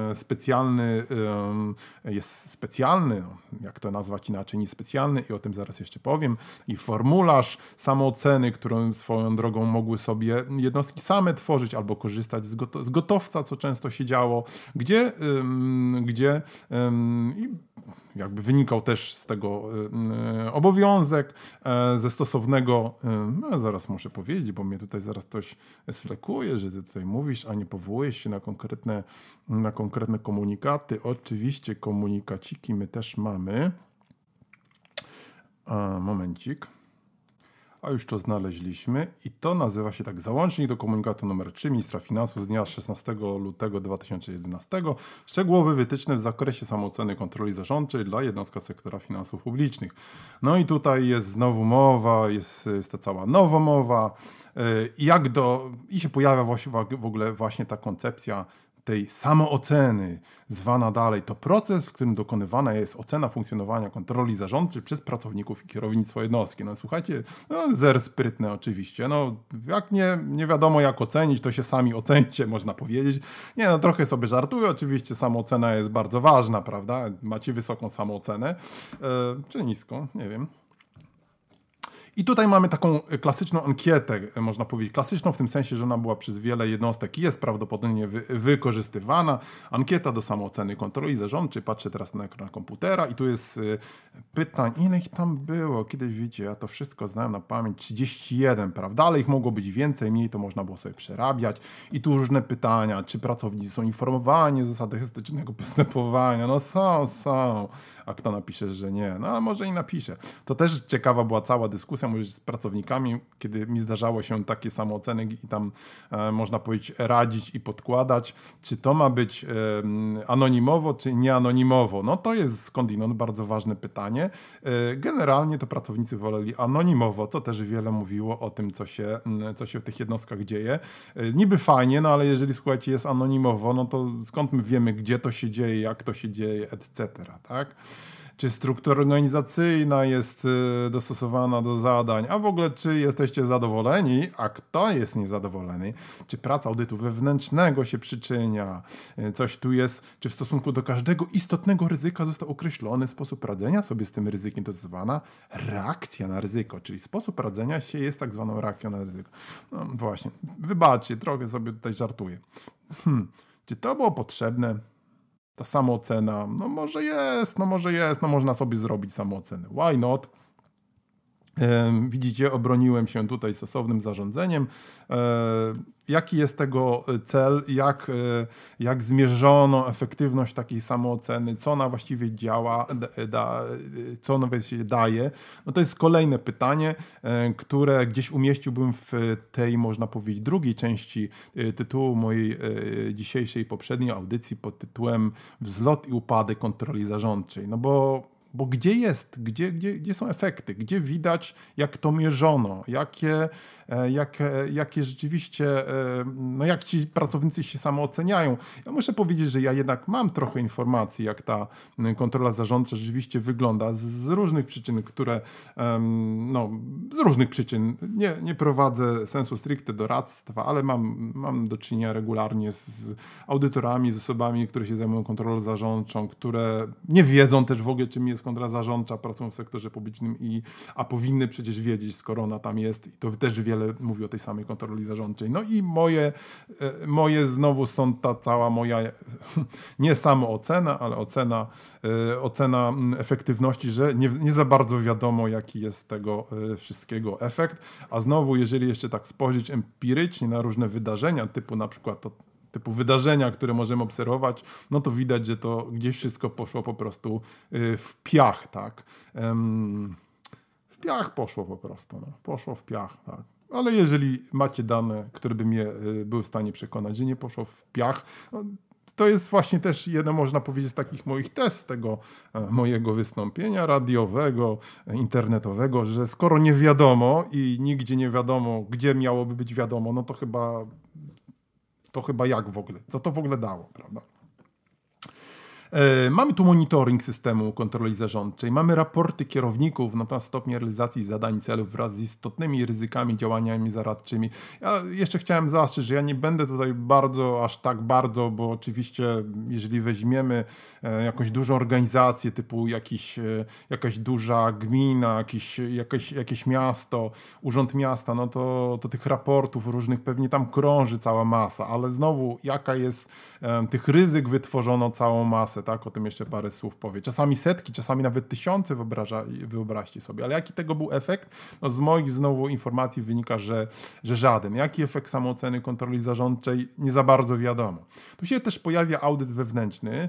specjalny, jak to nazwać inaczej niż specjalny i o tym zaraz jeszcze powiem, i formularz samooceny, którą swoją drogą mogły sobie jednostki same tworzyć albo korzystać z gotowca, co często się działo, gdzie jakby wynikał też z tego obowiązek ze stosownego, zaraz muszę powiedzieć, bo mnie tutaj zaraz ktoś sflekuje, że ty tutaj mówisz, a nie powołujesz się na konkretne komunikaty. Oczywiście komunikaciki my też mamy. Momencik. A już to znaleźliśmy i to nazywa się tak: załącznik do komunikatu nr 3 ministra finansów z dnia 16 lutego 2011. Szczegółowe wytyczne w zakresie samooceny kontroli zarządczej dla jednostek sektora finansów publicznych. No i tutaj jest znowu mowa, jest ta cała nowomowa i się pojawia w ogóle właśnie ta koncepcja tej samooceny, zwana dalej, to proces, w którym dokonywana jest ocena funkcjonowania kontroli zarządczej przez pracowników i kierownictwo jednostki. No słuchajcie, zer sprytne oczywiście. No jak nie wiadomo jak ocenić, to się sami ocencie, można powiedzieć. Nie, no trochę sobie żartuję, oczywiście samoocena jest bardzo ważna, prawda? Macie wysoką samoocenę, czy niską, nie wiem. I tutaj mamy taką klasyczną ankietę, można powiedzieć klasyczną w tym sensie, że ona była przez wiele jednostek i jest prawdopodobnie wykorzystywana. Ankieta do samooceny kontroli zarządczej. Patrzę teraz na ekran komputera i tu jest pytań, ile ich tam było. Kiedyś wiecie, ja to wszystko znałem na pamięć, 31, prawda? Ale ich mogło być więcej, mniej, to można było sobie przerabiać. I tu różne pytania, czy pracownicy są informowani o zasadach etycznego postępowania. No są. A kto napisze, że nie? No ale może i napisze. To też ciekawa była cała dyskusja z pracownikami, kiedy mi zdarzało się takie samooceny i tam można powiedzieć radzić i podkładać, czy to ma być anonimowo, czy nieanonimowo. No to jest skądinąd bardzo ważne pytanie. Generalnie to pracownicy woleli anonimowo, to też wiele mówiło o tym, co się w tych jednostkach dzieje. Niby fajnie, no ale jeżeli słuchajcie, jest anonimowo, no to skąd my wiemy, gdzie to się dzieje, jak to się dzieje, etc., tak? Czy struktura organizacyjna jest dostosowana do zadań, a w ogóle czy jesteście zadowoleni, a kto jest niezadowolony, czy praca audytu wewnętrznego się przyczynia, coś tu jest, czy w stosunku do każdego istotnego ryzyka został określony sposób radzenia sobie z tym ryzykiem, to jest zwana reakcja na ryzyko, czyli sposób radzenia się jest tak zwaną reakcją na ryzyko. No właśnie, wybaczcie, trochę sobie tutaj żartuję. Czy to było potrzebne? Ta samoocena, no może jest, no można sobie zrobić samoocenę. Why not? Widzicie, obroniłem się tutaj stosownym zarządzeniem. Jaki jest tego cel, jak zmierzono efektywność takiej samooceny, co ona właściwie działa, co ona właściwie daje. No to jest kolejne pytanie, które gdzieś umieściłbym w tej, można powiedzieć, drugiej części tytułu mojej dzisiejszej poprzedniej audycji pod tytułem Wzlot i upadek kontroli zarządczej. No bo gdzie są efekty, gdzie widać, jak to mierzono, jakie rzeczywiście, no jak ci pracownicy się samooceniają. Ja muszę powiedzieć, że ja jednak mam trochę informacji, jak ta kontrola zarządcza rzeczywiście wygląda z różnych przyczyn, z różnych przyczyn. Nie prowadzę sensu stricte doradztwa, ale mam do czynienia regularnie z audytorami, z osobami, które się zajmują kontrolą zarządczą, które nie wiedzą też w ogóle, czym jest kontrola zarządcza, pracują w sektorze publicznym, a powinny przecież wiedzieć, skoro ona tam jest. I to też wiele mówi o tej samej kontroli zarządczej. No i moje znowu stąd ta cała moja nie samoocena, ale ocena efektywności, że nie za bardzo wiadomo, jaki jest tego wszystkiego efekt. A znowu, jeżeli jeszcze tak spojrzeć empirycznie na różne wydarzenia, typu na przykład to typu wydarzenia, które możemy obserwować, no to widać, że to gdzieś wszystko poszło po prostu w piach, tak. W piach poszło po prostu, no. Poszło w piach, tak. Ale jeżeli macie dane, które by mnie były w stanie przekonać, że nie poszło w piach, no, to jest właśnie też jeden, można powiedzieć, z takich moich test tego mojego wystąpienia radiowego, internetowego, że skoro nie wiadomo i nigdzie nie wiadomo, gdzie miałoby być wiadomo, no to chyba jak w ogóle, co to w ogóle dało, prawda? Mamy tu monitoring systemu kontroli zarządczej, mamy raporty kierowników na stopnie realizacji zadań, celów wraz z istotnymi ryzykami, działaniami zaradczymi. Ja jeszcze chciałem zaznaczyć, że ja nie będę tutaj aż tak bardzo, bo oczywiście jeżeli weźmiemy jakąś dużą organizację typu jakaś duża gmina, jakieś miasto, urząd miasta, no to tych raportów różnych pewnie tam krąży cała masa, ale znowu jaka jest tych ryzyk wytworzono całą masę, tak? O tym jeszcze parę słów powie. Czasami setki, czasami nawet tysiące, wyobraźcie sobie. Ale jaki tego był efekt? No z moich znowu informacji wynika, że żaden. Jaki efekt samooceny kontroli zarządczej? Nie za bardzo wiadomo. Tu się też pojawia audyt wewnętrzny.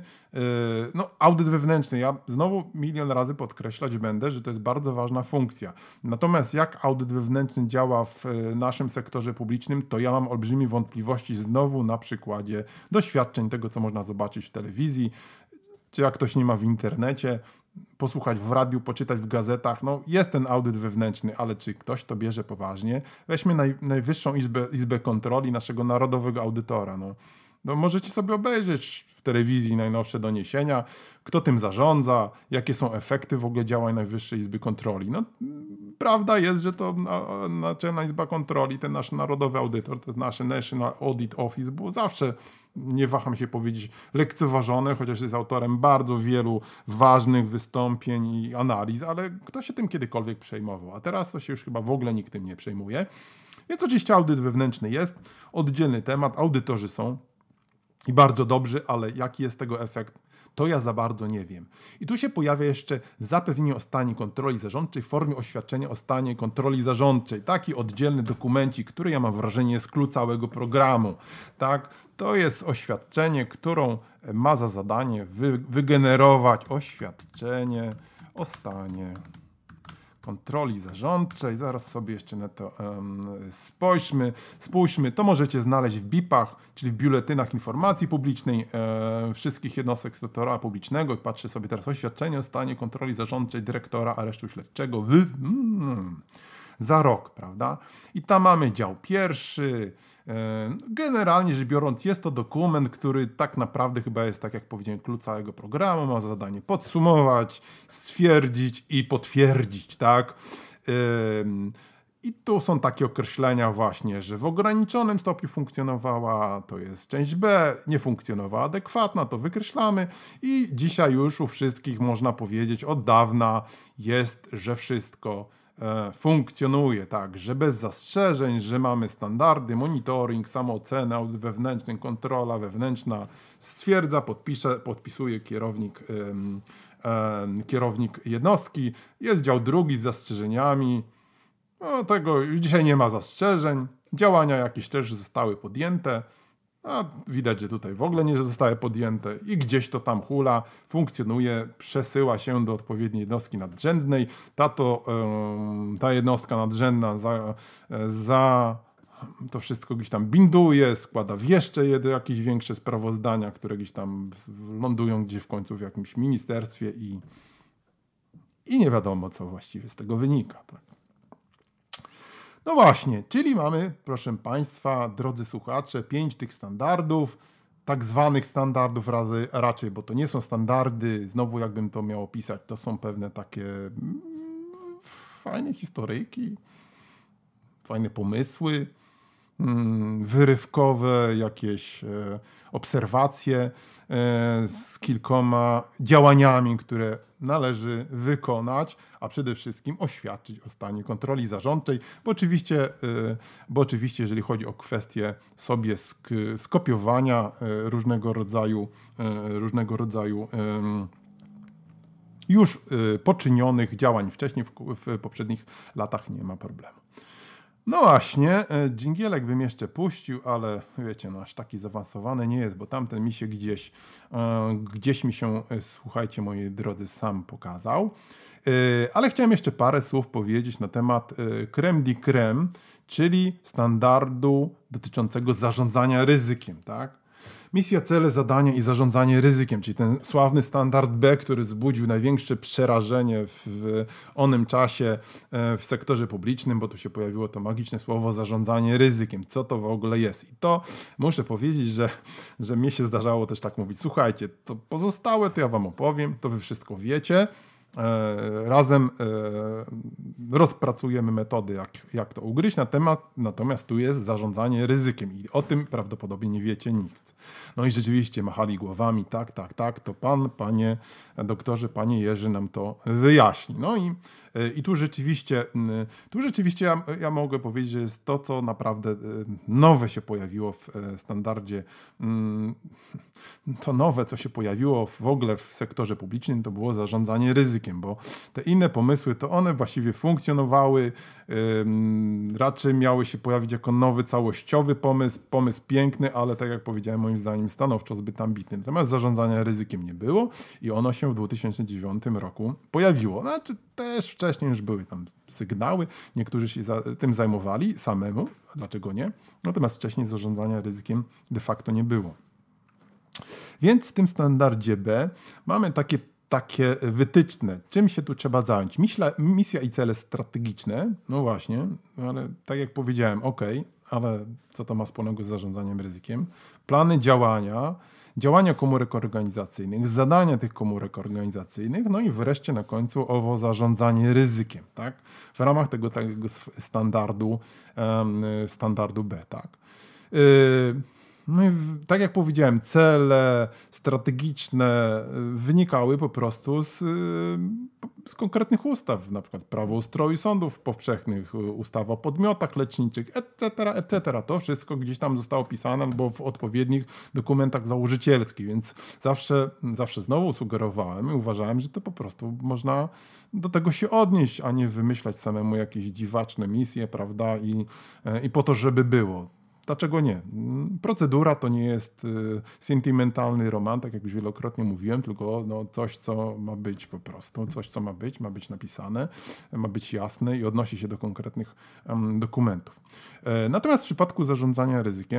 No audyt wewnętrzny, ja znowu milion razy podkreślać będę, że to jest bardzo ważna funkcja. Natomiast jak audyt wewnętrzny działa w naszym sektorze publicznym, to ja mam olbrzymie wątpliwości znowu na przykładzie doświadczeń tego, co można zobaczyć w telewizji, czy jak ktoś nie ma w internecie, posłuchać w radiu, poczytać w gazetach. No jest ten audyt wewnętrzny, ale czy ktoś to bierze poważnie? Weźmy Najwyższą Izbę Kontroli, naszego narodowego audytora. No możecie sobie obejrzeć w telewizji najnowsze doniesienia, kto tym zarządza, jakie są efekty w ogóle działań Najwyższej Izby Kontroli. No, prawda jest, że to Naczelna Izba Kontroli, ten nasz narodowy audytor, to nasze National Audit Office było zawsze, nie waham się powiedzieć, lekceważone, chociaż jest autorem bardzo wielu ważnych wystąpień i analiz, ale kto się tym kiedykolwiek przejmował? A teraz to się już chyba w ogóle nikt tym nie przejmuje. Więc oczywiście audyt wewnętrzny jest, oddzielny temat, audytorzy są i bardzo dobrzy, ale jaki jest tego efekt, to ja za bardzo nie wiem. I tu się pojawia jeszcze zapewnienie o stanie kontroli zarządczej w formie oświadczenia o stanie kontroli zarządczej. Taki oddzielny dokumencik, który ja mam wrażenie jest klucz całego programu. Tak? To jest oświadczenie, którą ma za zadanie wygenerować oświadczenie o stanie kontroli zarządczej. Zaraz sobie jeszcze na to spójrzmy. To możecie znaleźć w BIP-ach, czyli w biuletynach informacji publicznej wszystkich jednostek sektora publicznego. Patrzę sobie teraz oświadczenie o stanie kontroli zarządczej dyrektora aresztu śledczego za rok, prawda? I tam mamy dział pierwszy. Generalnie rzecz biorąc jest to dokument, który tak naprawdę chyba jest, tak jak powiedziałem, klucz całego programu. Ma za zadanie podsumować, stwierdzić i potwierdzić, tak? I tu są takie określenia właśnie, że w ograniczonym stopniu funkcjonowała, to jest część B, nie funkcjonowała adekwatna, to wykreślamy i dzisiaj już u wszystkich można powiedzieć od dawna jest, że wszystko funkcjonuje, tak, że bez zastrzeżeń, że mamy standardy, monitoring, samoocenę, audyt wewnętrzny, kontrola wewnętrzna, stwierdza, podpisuje kierownik jednostki, jest dział drugi z zastrzeżeniami, no, tego już dzisiaj nie ma zastrzeżeń, działania jakieś też zostały podjęte, a widać, że tutaj w ogóle nie zostały podjęte i gdzieś to tam hula, funkcjonuje, przesyła się do odpowiedniej jednostki nadrzędnej. Ta jednostka nadrzędna za to wszystko gdzieś tam binduje, składa w jeszcze jakieś większe sprawozdania, które gdzieś tam lądują gdzieś w końcu w jakimś ministerstwie i nie wiadomo, co właściwie z tego wynika. Tak. No właśnie, czyli mamy, proszę Państwa, drodzy słuchacze, 5 tych standardów, tak zwanych standardów raczej, bo to nie są standardy, znowu jakbym to miał opisać, to są pewne takie fajne historyjki, fajne pomysły, wyrywkowe jakieś obserwacje z kilkoma działaniami, które należy wykonać, a przede wszystkim oświadczyć o stanie kontroli zarządczej, bo oczywiście jeżeli chodzi o kwestię sobie skopiowania różnego rodzaju już poczynionych działań wcześniej w poprzednich latach nie ma problemu. No właśnie, dżingielek bym jeszcze puścił, ale wiecie, no aż taki zaawansowany nie jest, bo tamten mi się gdzieś mi się, słuchajcie moi drodzy, sam pokazał. Ale chciałem jeszcze parę słów powiedzieć na temat crème de crème, czyli standardu dotyczącego zarządzania ryzykiem, tak? Misja, cele, zadania i zarządzanie ryzykiem, czyli ten sławny standard B, który wzbudził największe przerażenie w onym czasie w sektorze publicznym, bo tu się pojawiło to magiczne słowo zarządzanie ryzykiem. Co to w ogóle jest? I to muszę powiedzieć, że mnie się zdarzało też tak mówić. Słuchajcie, to pozostałe to ja wam opowiem, to wy wszystko wiecie. Razem rozpracujemy metody, jak to ugryźć na temat, natomiast tu jest zarządzanie ryzykiem i o tym prawdopodobnie nie wiecie nic. No i rzeczywiście machali głowami, tak, to panie doktorze, panie Jerzy nam to wyjaśni. No i tu rzeczywiście ja mogę powiedzieć, że jest to, co naprawdę nowe się pojawiło w standardzie. To nowe, co się pojawiło w ogóle w sektorze publicznym, to było zarządzanie ryzykiem, bo te inne pomysły, to one właściwie funkcjonowały, raczej miały się pojawić jako nowy, całościowy pomysł piękny, ale tak jak powiedziałem, moim zdaniem stanowczo zbyt ambitny. Natomiast zarządzania ryzykiem nie było i ono się w 2009 roku pojawiło. Znaczy też wcześniej już były tam sygnały, niektórzy się tym zajmowali samemu, dlaczego nie? Natomiast wcześniej zarządzania ryzykiem de facto nie było. Więc w tym standardzie B mamy takie wytyczne, czym się tu trzeba zająć. Misja i cele strategiczne, no właśnie, ale tak jak powiedziałem, ale co to ma wspólnego z zarządzaniem ryzykiem? Plany działania komórek organizacyjnych, zadania tych komórek organizacyjnych, no i wreszcie na końcu owo zarządzanie ryzykiem, tak? W ramach tego standardu B, tak? No i tak jak powiedziałem, cele strategiczne wynikały po prostu z konkretnych ustaw, na przykład Prawo o ustroju sądów powszechnych, ustawa o podmiotach leczniczych, etc. To wszystko gdzieś tam zostało pisane albo w odpowiednich dokumentach założycielskich, więc zawsze znowu sugerowałem i uważałem, że to po prostu można do tego się odnieść, a nie wymyślać samemu jakieś dziwaczne misje, prawda, i po to, żeby było. Dlaczego nie? Procedura to nie jest sentymentalny roman, tak jak już wielokrotnie mówiłem, tylko coś, co ma być po prostu, coś, co ma być napisane, ma być jasne i odnosi się do konkretnych dokumentów. Natomiast w przypadku zarządzania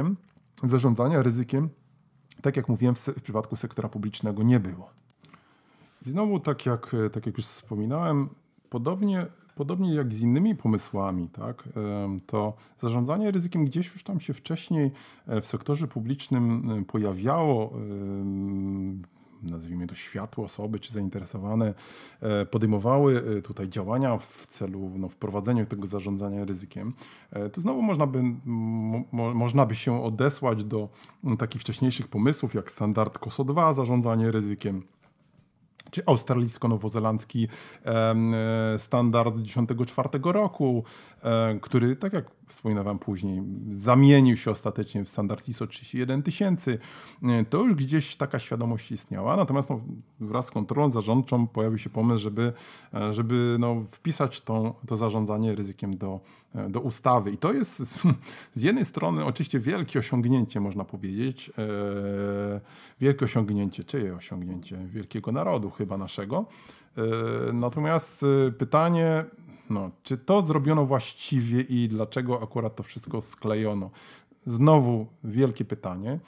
ryzykiem, tak jak mówiłem, w przypadku sektora publicznego nie było. I znowu, tak jak już wspominałem, Podobnie jak z innymi pomysłami, tak, to zarządzanie ryzykiem gdzieś już tam się wcześniej w sektorze publicznym pojawiało. Nazwijmy to światło, osoby czy zainteresowane podejmowały tutaj działania w celu wprowadzenia tego zarządzania ryzykiem. Tu znowu można by się odesłać do takich wcześniejszych pomysłów jak standard COSO 2, zarządzanie ryzykiem, czy australijsko-nowozelandzki standard z 1994 roku, który, tak jak wspominałem później, zamienił się ostatecznie w standard ISO 31000. To już gdzieś taka świadomość istniała, natomiast wraz z kontrolą zarządczą pojawił się pomysł, żeby wpisać to zarządzanie ryzykiem do ustawy. I to jest z jednej strony oczywiście wielkie osiągnięcie, można powiedzieć, wielkie osiągnięcie, czyje osiągnięcie? Wielkiego narodu chyba naszego. Natomiast pytanie, czy to zrobiono właściwie i dlaczego akurat to wszystko sklejono? Znowu wielkie pytanie.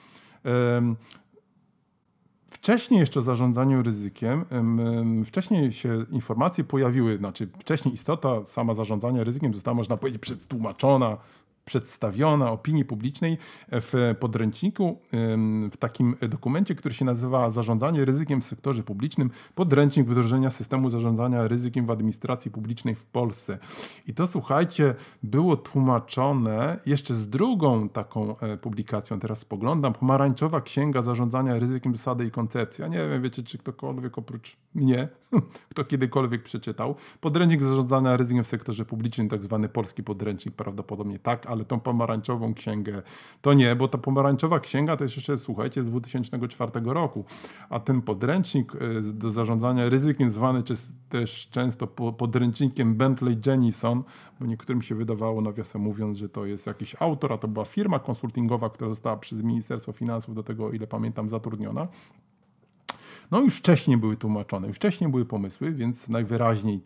Wcześniej jeszcze o zarządzaniu ryzykiem, wcześniej się informacje pojawiły, wcześniej istota sama zarządzania ryzykiem została, można powiedzieć, przetłumaczona, przedstawiona opinii publicznej w podręczniku, w takim dokumencie, który się nazywa Zarządzanie ryzykiem w sektorze publicznym, podręcznik wdrożenia systemu zarządzania ryzykiem w administracji publicznej w Polsce. I to, słuchajcie, było tłumaczone jeszcze z drugą taką publikacją, teraz spoglądam, Pomarańczowa Księga Zarządzania ryzykiem, zasady i koncepcja. Nie wiem, wiecie, czy ktokolwiek oprócz mnie, kto kiedykolwiek przeczytał. Podręcznik zarządzania ryzykiem w sektorze publicznym, tak zwany polski podręcznik, prawdopodobnie tak, ale tą pomarańczową księgę to nie, bo ta pomarańczowa księga to jest jeszcze, słuchajcie, z 2004 roku, a ten podręcznik do zarządzania ryzykiem, zwany też często podręcznikiem Bentley-Jennison, bo niektórym się wydawało, nawiasem mówiąc, że to jest jakiś autor, a to była firma konsultingowa, która została przez Ministerstwo Finansów do tego, o ile pamiętam, zatrudniona. No już wcześniej były tłumaczone, już wcześniej były pomysły, więc najwyraźniej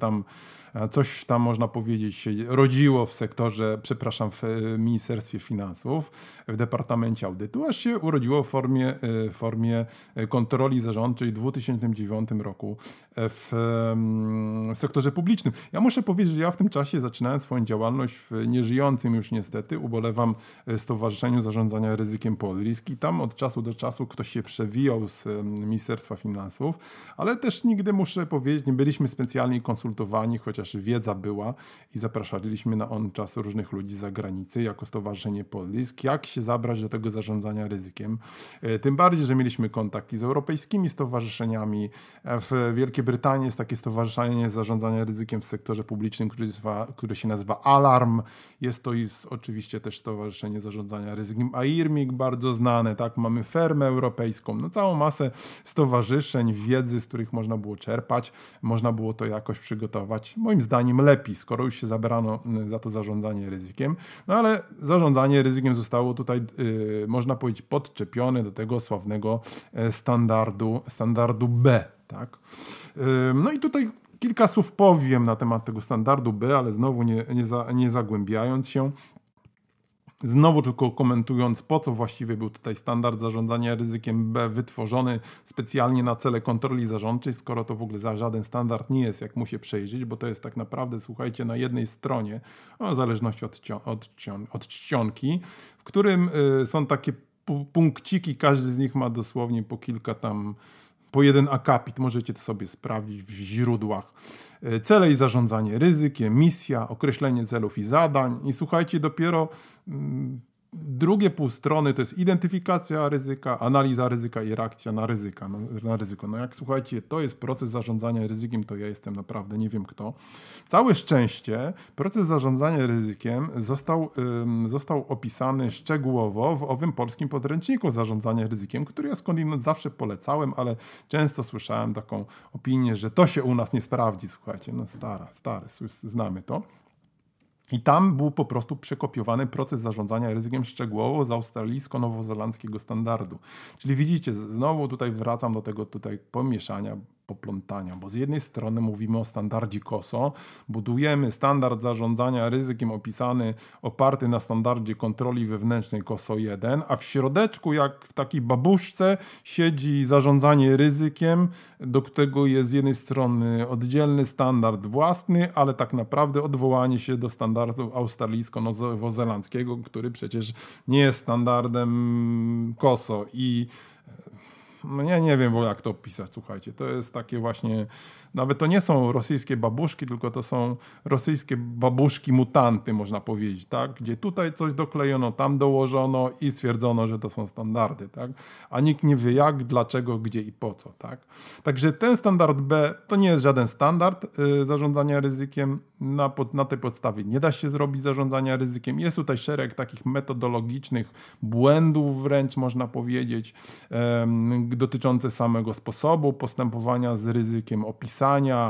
coś tam można powiedzieć się rodziło w sektorze, w Ministerstwie Finansów, w Departamencie Audytu, aż się urodziło w formie kontroli zarządczej w 2009 roku w sektorze publicznym. Ja muszę powiedzieć, że ja w tym czasie zaczynałem swoją działalność w nieżyjącym już niestety, ubolewam, Stowarzyszeniu Zarządzania Ryzykiem Polrisk i tam od czasu do czasu ktoś się przewijał z Ministerstwa Finansów, ale też nigdy, muszę powiedzieć, nie byliśmy specjalnie konsultowani, chociaż wiedza była i zapraszaliśmy na on czas różnych ludzi z zagranicy jako Stowarzyszenie Polrisk, jak się zabrać do tego zarządzania ryzykiem. Tym bardziej, że mieliśmy kontakty z europejskimi stowarzyszeniami. W Wielkiej Brytanii jest takie stowarzyszenie zarządzania ryzykiem w sektorze publicznym, które się nazywa Alarm. Jest to oczywiście też Stowarzyszenie Zarządzania Ryzykiem AIRMIC, bardzo znane. Tak? Mamy Fermę Europejską, no całą masę stowarzyszeń, wiedzy, z których można było czerpać, można było to jakoś przygotować. Moim zdaniem lepiej, skoro już się zabrano za to zarządzanie ryzykiem. No ale zarządzanie ryzykiem zostało tutaj, można powiedzieć, podczepione do tego sławnego standardu B. Tak? No i tutaj kilka słów powiem na temat tego standardu B, ale znowu nie zagłębiając się. Znowu tylko komentując, po co właściwie był tutaj standard zarządzania ryzykiem B wytworzony specjalnie na cele kontroli zarządczej, skoro to w ogóle żaden standard nie jest, jak mu się przejrzeć, bo to jest tak naprawdę, słuchajcie, na jednej stronie, w zależności od czcionki, w którym są takie punkciki, każdy z nich ma dosłownie po jeden akapit, możecie to sobie sprawdzić w źródłach. Cele i zarządzanie ryzykiem, misja, określenie celów i zadań. I słuchajcie, dopiero drugie pół strony to jest identyfikacja ryzyka, analiza ryzyka i reakcja na ryzyko. No jak słuchajcie, to jest proces zarządzania ryzykiem, to ja jestem naprawdę nie wiem kto. Całe szczęście proces zarządzania ryzykiem został opisany szczegółowo w owym polskim podręczniku zarządzania ryzykiem, który ja skądinąd zawsze polecałem, ale często słyszałem taką opinię, że to się u nas nie sprawdzi. Słuchajcie, no stare, znamy to. I tam był po prostu przekopiowany proces zarządzania ryzykiem szczegółowo z australijsko-nowozelandzkiego standardu. Czyli widzicie, znowu tutaj wracam do tego pomieszania, poplątania, bo z jednej strony mówimy o standardzie COSO, budujemy standard zarządzania ryzykiem oparty na standardzie kontroli wewnętrznej COSO 1, a w środeczku, jak w takiej babuszce, siedzi zarządzanie ryzykiem, do którego jest z jednej strony oddzielny standard własny, ale tak naprawdę odwołanie się do standardu australijsko-nowozelandzkiego, który przecież nie jest standardem COSO i no ja nie wiem, jak to opisać, słuchajcie. To jest takie właśnie, nawet to nie są rosyjskie babuszki, tylko to są rosyjskie babuszki mutanty, można powiedzieć, tak? Gdzie tutaj coś doklejono, tam dołożono i stwierdzono, że to są standardy, tak? A nikt nie wie jak, dlaczego, gdzie i po co, tak? Także ten standard B to nie jest żaden standard zarządzania ryzykiem. Na tej podstawie nie da się zrobić zarządzania ryzykiem. Jest tutaj szereg takich metodologicznych błędów wręcz, można powiedzieć, dotyczące samego sposobu postępowania z ryzykiem, opisania,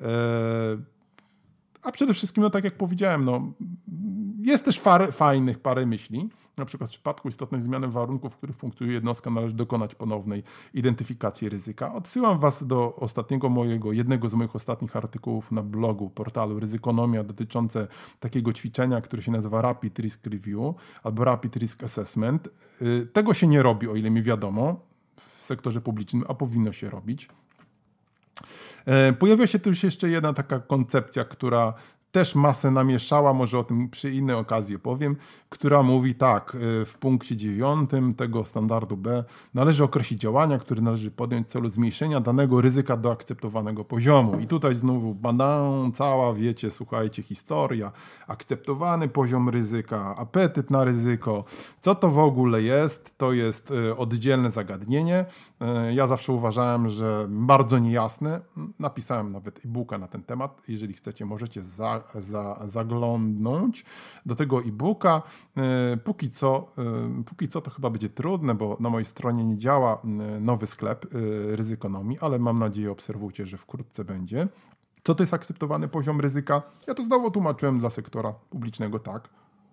a przede wszystkim, no tak jak powiedziałem, no, jest też fajnych parę myśli. Na przykład w przypadku istotnej zmiany warunków, w których funkcjonuje jednostka, należy dokonać ponownej identyfikacji ryzyka. Odsyłam Was do jednego z moich ostatnich artykułów na blogu portalu Ryzykonomia dotyczące takiego ćwiczenia, które się nazywa Rapid Risk Review albo Rapid Risk Assessment. Tego się nie robi, o ile mi wiadomo, w sektorze publicznym, a powinno się robić. Pojawia się tu już jeszcze jedna taka koncepcja, która też masę namieszała, może o tym przy innej okazji opowiem, która mówi tak, w punkcie 9 tego standardu B należy określić działania, które należy podjąć w celu zmniejszenia danego ryzyka do akceptowanego poziomu. I tutaj znowu cała, wiecie, słuchajcie, historia, akceptowany poziom ryzyka, apetyt na ryzyko. Co to w ogóle jest? To jest oddzielne zagadnienie. Ja zawsze uważałem, że bardzo niejasne. Napisałem nawet e-booka na ten temat. Jeżeli chcecie, możecie zaglądnąć do tego e-booka. Póki co to chyba będzie trudne, bo na mojej stronie nie działa nowy sklep Ryzykonomii, ale mam nadzieję, obserwujcie, że wkrótce będzie. Co to jest akceptowany poziom ryzyka? Ja to znowu tłumaczyłem dla sektora publicznego tak,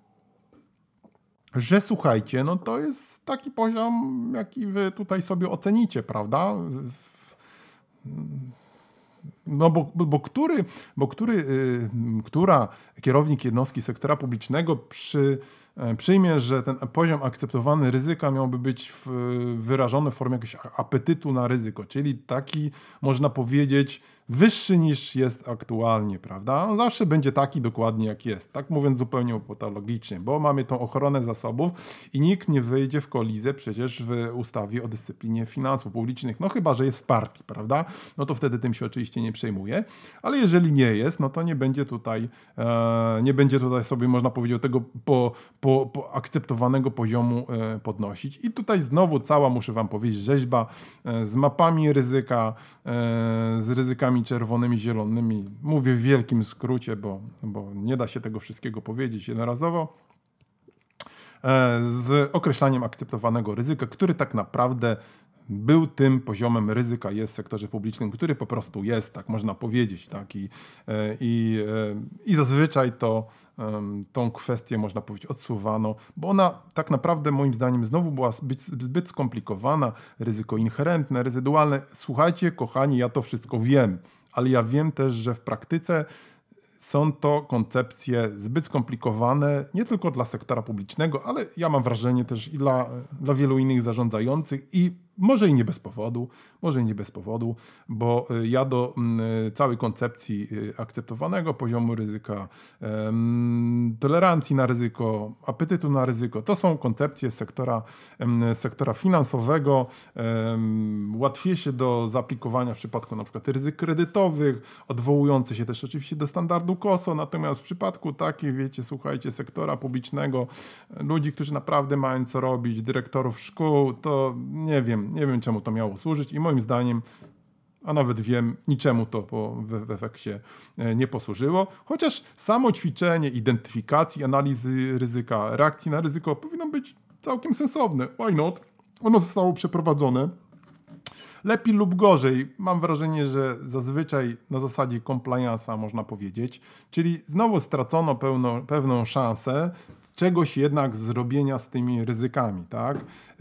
że słuchajcie, no to jest taki poziom, jaki wy tutaj sobie ocenicie, prawda? No która kierownik jednostki sektora publicznego przyjmie, że ten poziom akceptowany ryzyka miałby być wyrażony w formie jakiegoś apetytu na ryzyko, czyli taki, można powiedzieć, wyższy niż jest aktualnie, prawda? On zawsze będzie taki dokładnie jak jest, tak mówiąc zupełnie patologicznie, bo mamy tą ochronę zasobów i nikt nie wyjdzie w kolizję przecież w ustawie o dyscyplinie finansów publicznych, no chyba, że jest w partii, prawda? No to wtedy tym się oczywiście nie przejmuje, ale jeżeli nie jest, no to nie będzie tutaj sobie, można powiedzieć, tego po akceptowanego poziomu podnosić. I tutaj znowu cała, muszę wam powiedzieć, rzeźba z mapami ryzyka, z ryzykami czerwonymi, zielonymi. Mówię w wielkim skrócie, bo nie da się tego wszystkiego powiedzieć jednorazowo. Z określaniem akceptowanego ryzyka, który tak naprawdę był tym poziomem ryzyka, jest w sektorze publicznym, który po prostu jest, tak można powiedzieć. Tak? I zazwyczaj tą kwestię, można powiedzieć, odsuwano, bo ona tak naprawdę moim zdaniem znowu była zbyt skomplikowana. Ryzyko inherentne, rezydualne. Słuchajcie, kochani, ja to wszystko wiem, ale ja wiem też, że w praktyce są to koncepcje zbyt skomplikowane, nie tylko dla sektora publicznego, ale ja mam wrażenie też i dla wielu innych zarządzających i może i nie bez powodu, bo ja do całej koncepcji akceptowanego poziomu ryzyka, tolerancji na ryzyko, apetytu na ryzyko, to są koncepcje sektora finansowego, łatwiejsze do zaaplikowania w przypadku na przykład ryzyk kredytowych, odwołujące się też oczywiście do standardu KOSO, natomiast w przypadku takich, wiecie, słuchajcie, sektora publicznego, ludzi, którzy naprawdę mają co robić, dyrektorów szkół, to nie wiem czemu to miało służyć i moim zdaniem, a nawet wiem, niczemu to w efekcie nie posłużyło. Chociaż samo ćwiczenie identyfikacji, analizy ryzyka, reakcji na ryzyko powinno być całkiem sensowne. Why not? Ono zostało przeprowadzone. Lepiej lub gorzej. Mam wrażenie, że zazwyczaj na zasadzie compliance'a można powiedzieć. Czyli znowu stracono pewną szansę czegoś jednak zrobienia z tymi ryzykami, tak?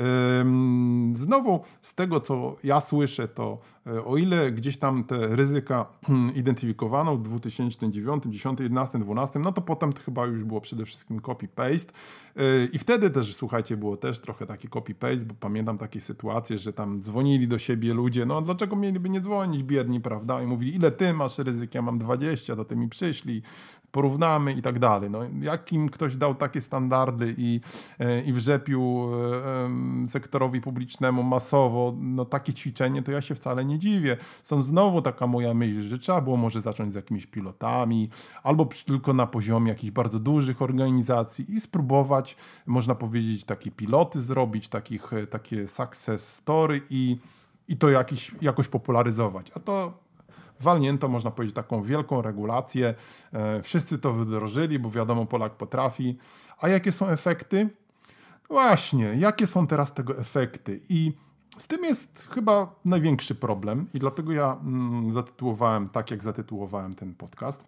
Znowu z tego, co ja słyszę, to o ile gdzieś tam te ryzyka identyfikowano w 2009, 10, 11, 12, no to potem to chyba już było przede wszystkim copy-paste i wtedy też, słuchajcie, było też trochę taki copy-paste, bo pamiętam takie sytuacje, że tam dzwonili do siebie ludzie, no dlaczego mieliby nie dzwonić, biedni, prawda? I mówili, ile ty masz ryzyk, ja mam 20, to ty mi przyszli, porównamy i tak dalej. No, jakim ktoś dał takie standardy i wrzepił sektorowi publicznemu masowo takie ćwiczenie, to ja się wcale nie dziwię. Są znowu taka moja myśl, że trzeba było może zacząć z jakimiś pilotami albo tylko na poziomie jakichś bardzo dużych organizacji i spróbować, można powiedzieć, takie piloty zrobić, takie success story i to jakoś popularyzować. A to walnięto, można powiedzieć, taką wielką regulację. Wszyscy to wdrożyli, bo wiadomo, Polak potrafi. A jakie są efekty? Właśnie, jakie są teraz tego efekty? I z tym jest chyba największy problem i dlatego ja zatytułowałem tak, jak zatytułowałem ten podcast.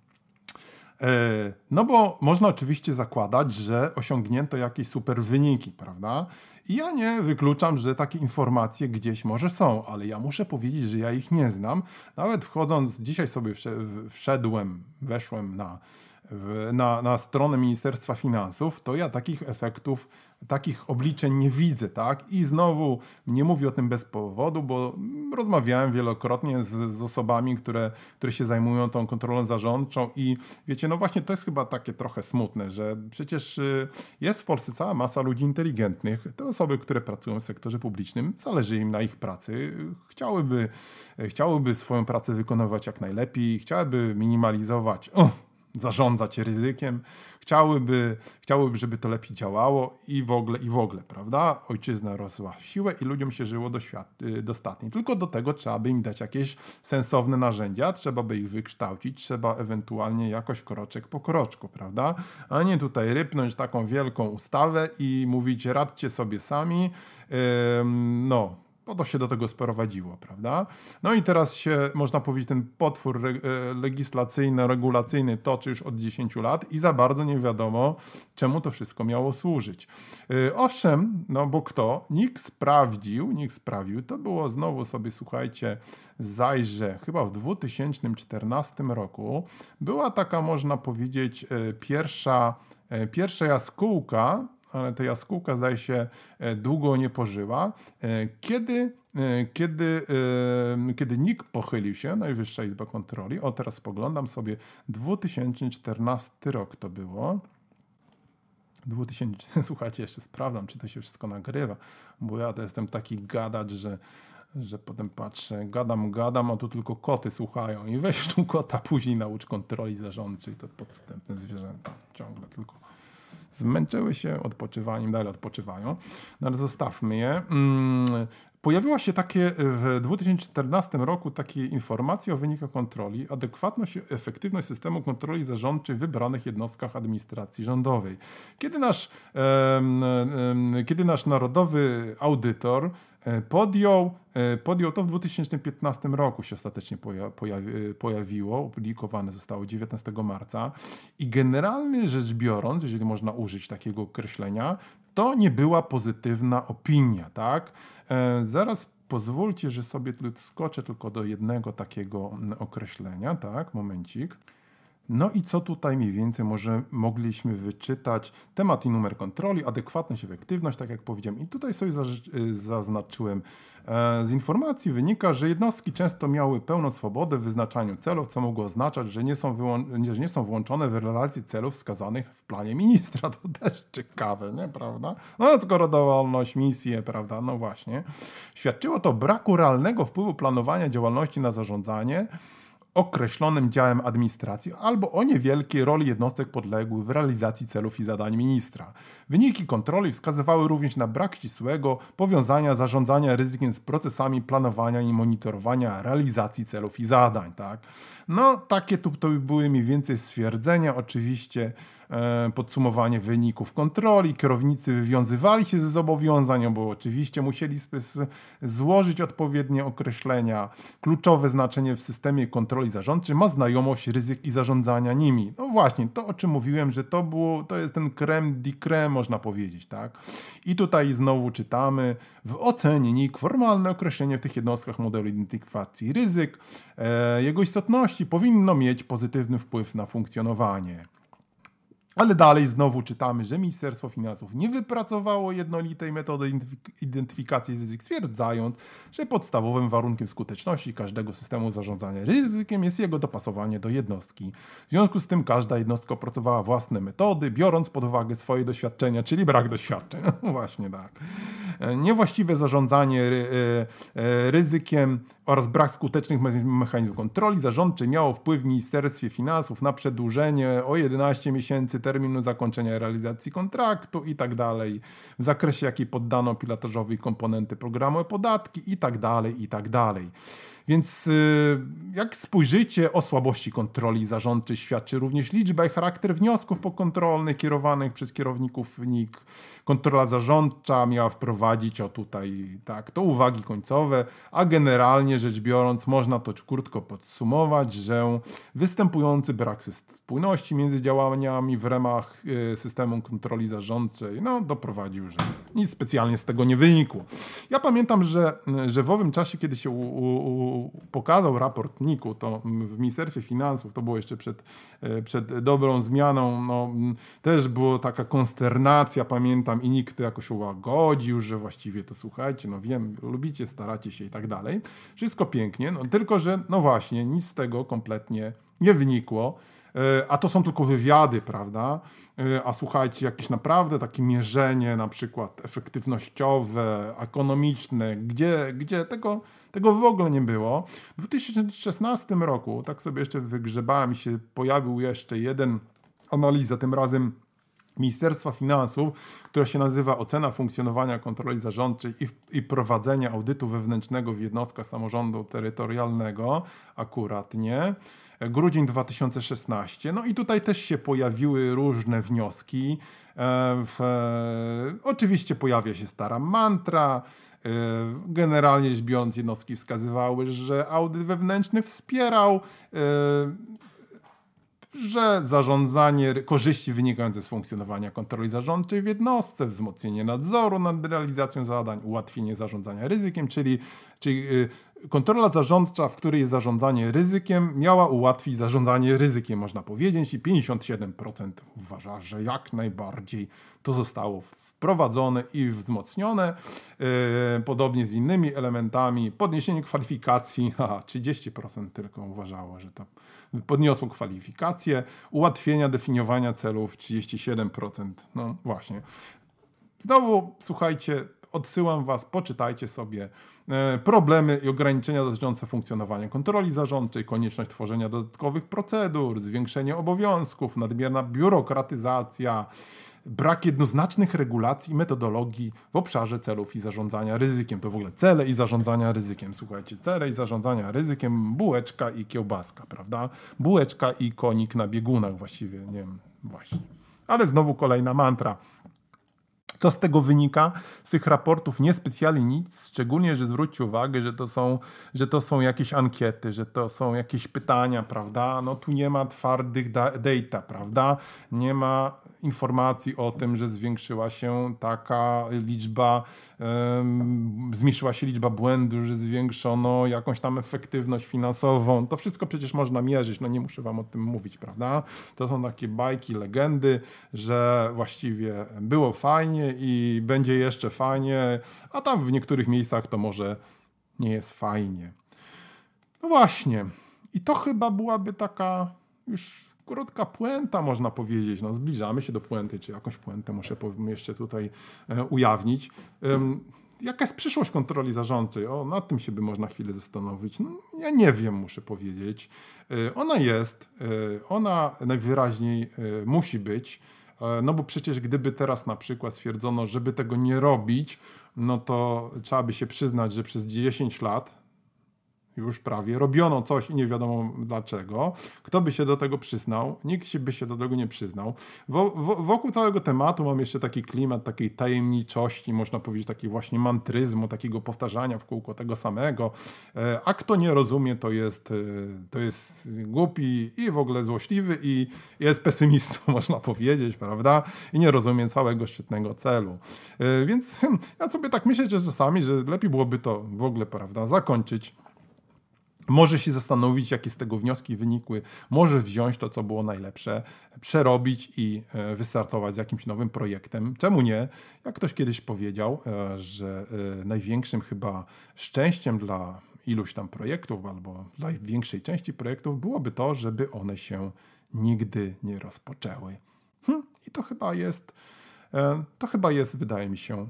No bo można oczywiście zakładać, że osiągnięto jakieś super wyniki, prawda? I ja nie wykluczam, że takie informacje gdzieś może są, ale ja muszę powiedzieć, że ja ich nie znam. Nawet wchodząc, dzisiaj sobie weszłem na stronę Ministerstwa Finansów, to ja takich efektów, takich obliczeń nie widzę, tak? I znowu nie mówię o tym bez powodu, bo rozmawiałem wielokrotnie z osobami, które się zajmują tą kontrolą zarządczą i wiecie, no właśnie to jest chyba takie trochę smutne, że przecież jest w Polsce cała masa ludzi inteligentnych, te osoby, które pracują w sektorze publicznym, zależy im na ich pracy, chciałyby swoją pracę wykonywać jak najlepiej, chciałyby minimalizować zarządzać ryzykiem, chciałyby, żeby to lepiej działało i w ogóle, prawda? Ojczyzna rosła w siłę i ludziom się żyło dostatnio. Tylko do tego trzeba by im dać jakieś sensowne narzędzia, trzeba by ich wykształcić, trzeba ewentualnie jakoś kroczek po kroczku, prawda? A nie tutaj rypnąć taką wielką ustawę i mówić radźcie sobie sami, bo to się do tego sprowadziło, prawda? No i teraz się, można powiedzieć, ten potwór legislacyjny, regulacyjny toczy już od 10 lat i za bardzo nie wiadomo, czemu to wszystko miało służyć. Owszem, bo kto? Nikt sprawdził, to było znowu sobie, słuchajcie, zajrzę, chyba w 2014 roku była taka, można powiedzieć, pierwsza jaskółka, ale ta jaskółka, zdaje się, długo nie pożyła, kiedy NIK pochylił się, Najwyższa Izba Kontroli, teraz spoglądam sobie, 2014 rok to było. Słuchajcie, jeszcze sprawdzam, czy to się wszystko nagrywa, bo ja to jestem taki gadacz, że potem patrzę, gadam, a tu tylko koty słuchają i weź tu kota, później naucz kontroli zarządczej, to podstępne zwierzęta ciągle tylko zmęczyły się odpoczywaniem, dalej odpoczywają, no ale zostawmy je. Pojawiła się w 2014 roku takie informacje o wynikach kontroli, adekwatność i efektywność systemu kontroli zarządczej w wybranych jednostkach administracji rządowej. Kiedy nasz narodowy audytor podjął to w 2015 roku, się ostatecznie pojawiło, opublikowane zostało 19 marca i generalnie rzecz biorąc, jeżeli można użyć takiego określenia, to nie była pozytywna opinia, tak? Zaraz pozwólcie, że sobie skoczę tylko do jednego takiego określenia, tak? Momencik. No i co tutaj mniej więcej mogliśmy wyczytać? Temat i numer kontroli, adekwatność, efektywność, tak jak powiedziałem. I tutaj sobie zaznaczyłem. Z informacji wynika, że jednostki często miały pełną swobodę w wyznaczaniu celów, co mogło oznaczać, że nie są włączone w relacje celów wskazanych w planie ministra. To też ciekawe, nie? Prawda? No skoro dowolność, misje, prawda? No właśnie. Świadczyło to o braku realnego wpływu planowania działalności na zarządzanie określonym działem administracji albo o niewielkiej roli jednostek podległych w realizacji celów i zadań ministra. Wyniki kontroli wskazywały również na brak ścisłego powiązania zarządzania ryzykiem z procesami planowania i monitorowania realizacji celów i zadań. Tak? No takie to były mniej więcej stwierdzenia, oczywiście podsumowanie wyników kontroli, kierownicy wywiązywali się ze zobowiązań, bo oczywiście musieli złożyć odpowiednie określenia. Kluczowe znaczenie w systemie kontroli zarządczej ma znajomość ryzyk i zarządzania nimi. No właśnie, to o czym mówiłem, że to jest ten crème de crème, można powiedzieć, tak? I tutaj znowu czytamy w ocenie NIK formalne określenie w tych jednostkach modelu identyfikacji ryzyk, jego istotności powinno mieć pozytywny wpływ na funkcjonowanie. Ale dalej znowu czytamy, że Ministerstwo Finansów nie wypracowało jednolitej metody identyfikacji ryzyk, stwierdzając, że podstawowym warunkiem skuteczności każdego systemu zarządzania ryzykiem jest jego dopasowanie do jednostki. W związku z tym każda jednostka opracowała własne metody, biorąc pod uwagę swoje doświadczenia, czyli brak doświadczeń. No właśnie tak. Niewłaściwe zarządzanie ryzykiem oraz brak skutecznych mechanizmów kontroli zarządczej miało wpływ w Ministerstwie Finansów na przedłużenie o 11 miesięcy terminu zakończenia realizacji kontraktu i tak dalej, w zakresie jakiej poddano pilotażowi komponenty programu e-podatki i tak dalej. Więc jak spojrzycie, o słabości kontroli zarządczej świadczy również liczba i charakter wniosków pokontrolnych kierowanych przez kierowników NIK. Kontrola zarządcza miała wprowadzić to uwagi końcowe, a generalnie rzecz biorąc można to krótko podsumować, że występujący brak spójności między działaniami w ramach systemu kontroli zarządczej doprowadził, że nic specjalnie z tego nie wynikło. Ja pamiętam, że w owym czasie, kiedy się pokazał raport NIK-u, to w Ministerstwie Finansów, to było jeszcze przed dobrą zmianą, też była taka konsternacja, pamiętam, i NIK to jakoś ułagodził, że właściwie to słuchajcie, wiem, lubicie, staracie się i tak dalej. Wszystko pięknie, tylko że właśnie nic z tego kompletnie nie wynikło. a to są tylko wywiady, prawda? A słuchajcie, jakieś naprawdę takie mierzenie na przykład efektywnościowe, ekonomiczne, gdzie tego w ogóle nie było. W 2016 roku, tak sobie jeszcze wygrzebałem i się pojawił jeszcze jeden analiza, tym razem Ministerstwa Finansów, która się nazywa Ocena funkcjonowania kontroli zarządczej i prowadzenia audytu wewnętrznego w jednostkach samorządu terytorialnego, akuratnie, grudzień 2016. No i tutaj też się pojawiły różne wnioski. Oczywiście pojawia się stara mantra. Generalnie rzecz biorąc, jednostki wskazywały, że audyt wewnętrzny wspierał że zarządzanie, korzyści wynikające z funkcjonowania kontroli zarządczej w jednostce, wzmocnienie nadzoru nad realizacją zadań, ułatwienie zarządzania ryzykiem, czyli kontrola zarządcza, w której jest zarządzanie ryzykiem, miała ułatwić zarządzanie ryzykiem, można powiedzieć, i 57% uważa, że jak najbardziej to zostało wprowadzone i wzmocnione. Podobnie z innymi elementami. Podniesienie kwalifikacji, 30% tylko uważało, że to podniosło kwalifikacje. Ułatwienia definiowania celów, 37%. No właśnie. Znowu, słuchajcie, odsyłam was, poczytajcie sobie problemy i ograniczenia dotyczące funkcjonowania kontroli zarządczej, konieczność tworzenia dodatkowych procedur, zwiększenie obowiązków, nadmierna biurokratyzacja, brak jednoznacznych regulacji i metodologii w obszarze celów i zarządzania ryzykiem. To w ogóle cele i zarządzania ryzykiem. Słuchajcie, cele i zarządzania ryzykiem, bułeczka i kiełbaska, prawda? Bułeczka i konik na biegunach właściwie, nie wiem, właśnie. Ale znowu kolejna mantra. Co z tego wynika? Z tych raportów niespecjalnie nic, szczególnie, że zwróćcie uwagę, że to są jakieś ankiety, że to są jakieś pytania, prawda? No tu nie ma twardych data, prawda? Nie ma informacji o tym, że zwiększyła się taka liczba, zmniejszyła się liczba błędów, że zwiększono jakąś tam efektywność finansową. To wszystko przecież można mierzyć, no nie muszę wam o tym mówić, prawda? To są takie bajki, legendy, że właściwie było fajnie i będzie jeszcze fajnie, a tam w niektórych miejscach to może nie jest fajnie. No właśnie. I to chyba byłaby taka już krótka puenta, można powiedzieć. No, zbliżamy się do puenty, czy jakąś puentę muszę jeszcze tutaj ujawnić. Jaka jest przyszłość kontroli zarządczej? Nad tym się by można chwilę zastanowić. No, ja nie wiem, muszę powiedzieć. Ona jest, ona najwyraźniej musi być, no bo przecież gdyby teraz na przykład stwierdzono, żeby tego nie robić, no to trzeba by się przyznać, że przez 10 lat już prawie robiono coś i nie wiadomo dlaczego. Kto by się do tego przyznał? Nikt by się do tego nie przyznał. Wokół całego tematu mam jeszcze taki klimat takiej tajemniczości, można powiedzieć, takiego właśnie mantryzmu, takiego powtarzania w kółko tego samego. A kto nie rozumie, to jest głupi i w ogóle złośliwy i jest pesymistą, można powiedzieć, prawda? I nie rozumie całego szczytnego celu. Więc ja sobie tak myślę, że czasami, że lepiej byłoby to w ogóle, prawda, zakończyć. Może się zastanowić, jakie z tego wnioski wynikły. Może wziąć to, co było najlepsze, przerobić i wystartować z jakimś nowym projektem. Czemu nie? Jak ktoś kiedyś powiedział, że największym chyba szczęściem dla iluś tam projektów albo dla większej części projektów byłoby to, żeby one się nigdy nie rozpoczęły. I to chyba jest, wydaje mi się,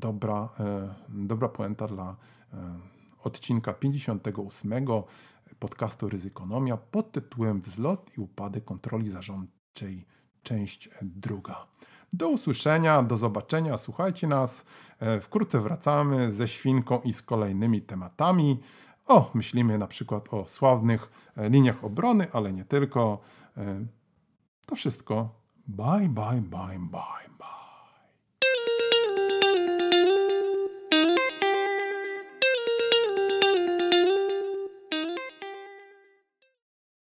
dobra puenta dla odcinka 58 podcastu Ryzykonomia pod tytułem Wzlot i upadek kontroli zarządczej, część 2. Do usłyszenia, do zobaczenia, słuchajcie nas. Wkrótce wracamy ze Świnką i z kolejnymi tematami. Myślimy na przykład o sławnych liniach obrony, ale nie tylko. To wszystko. Bye, bye, bye, bye, bye.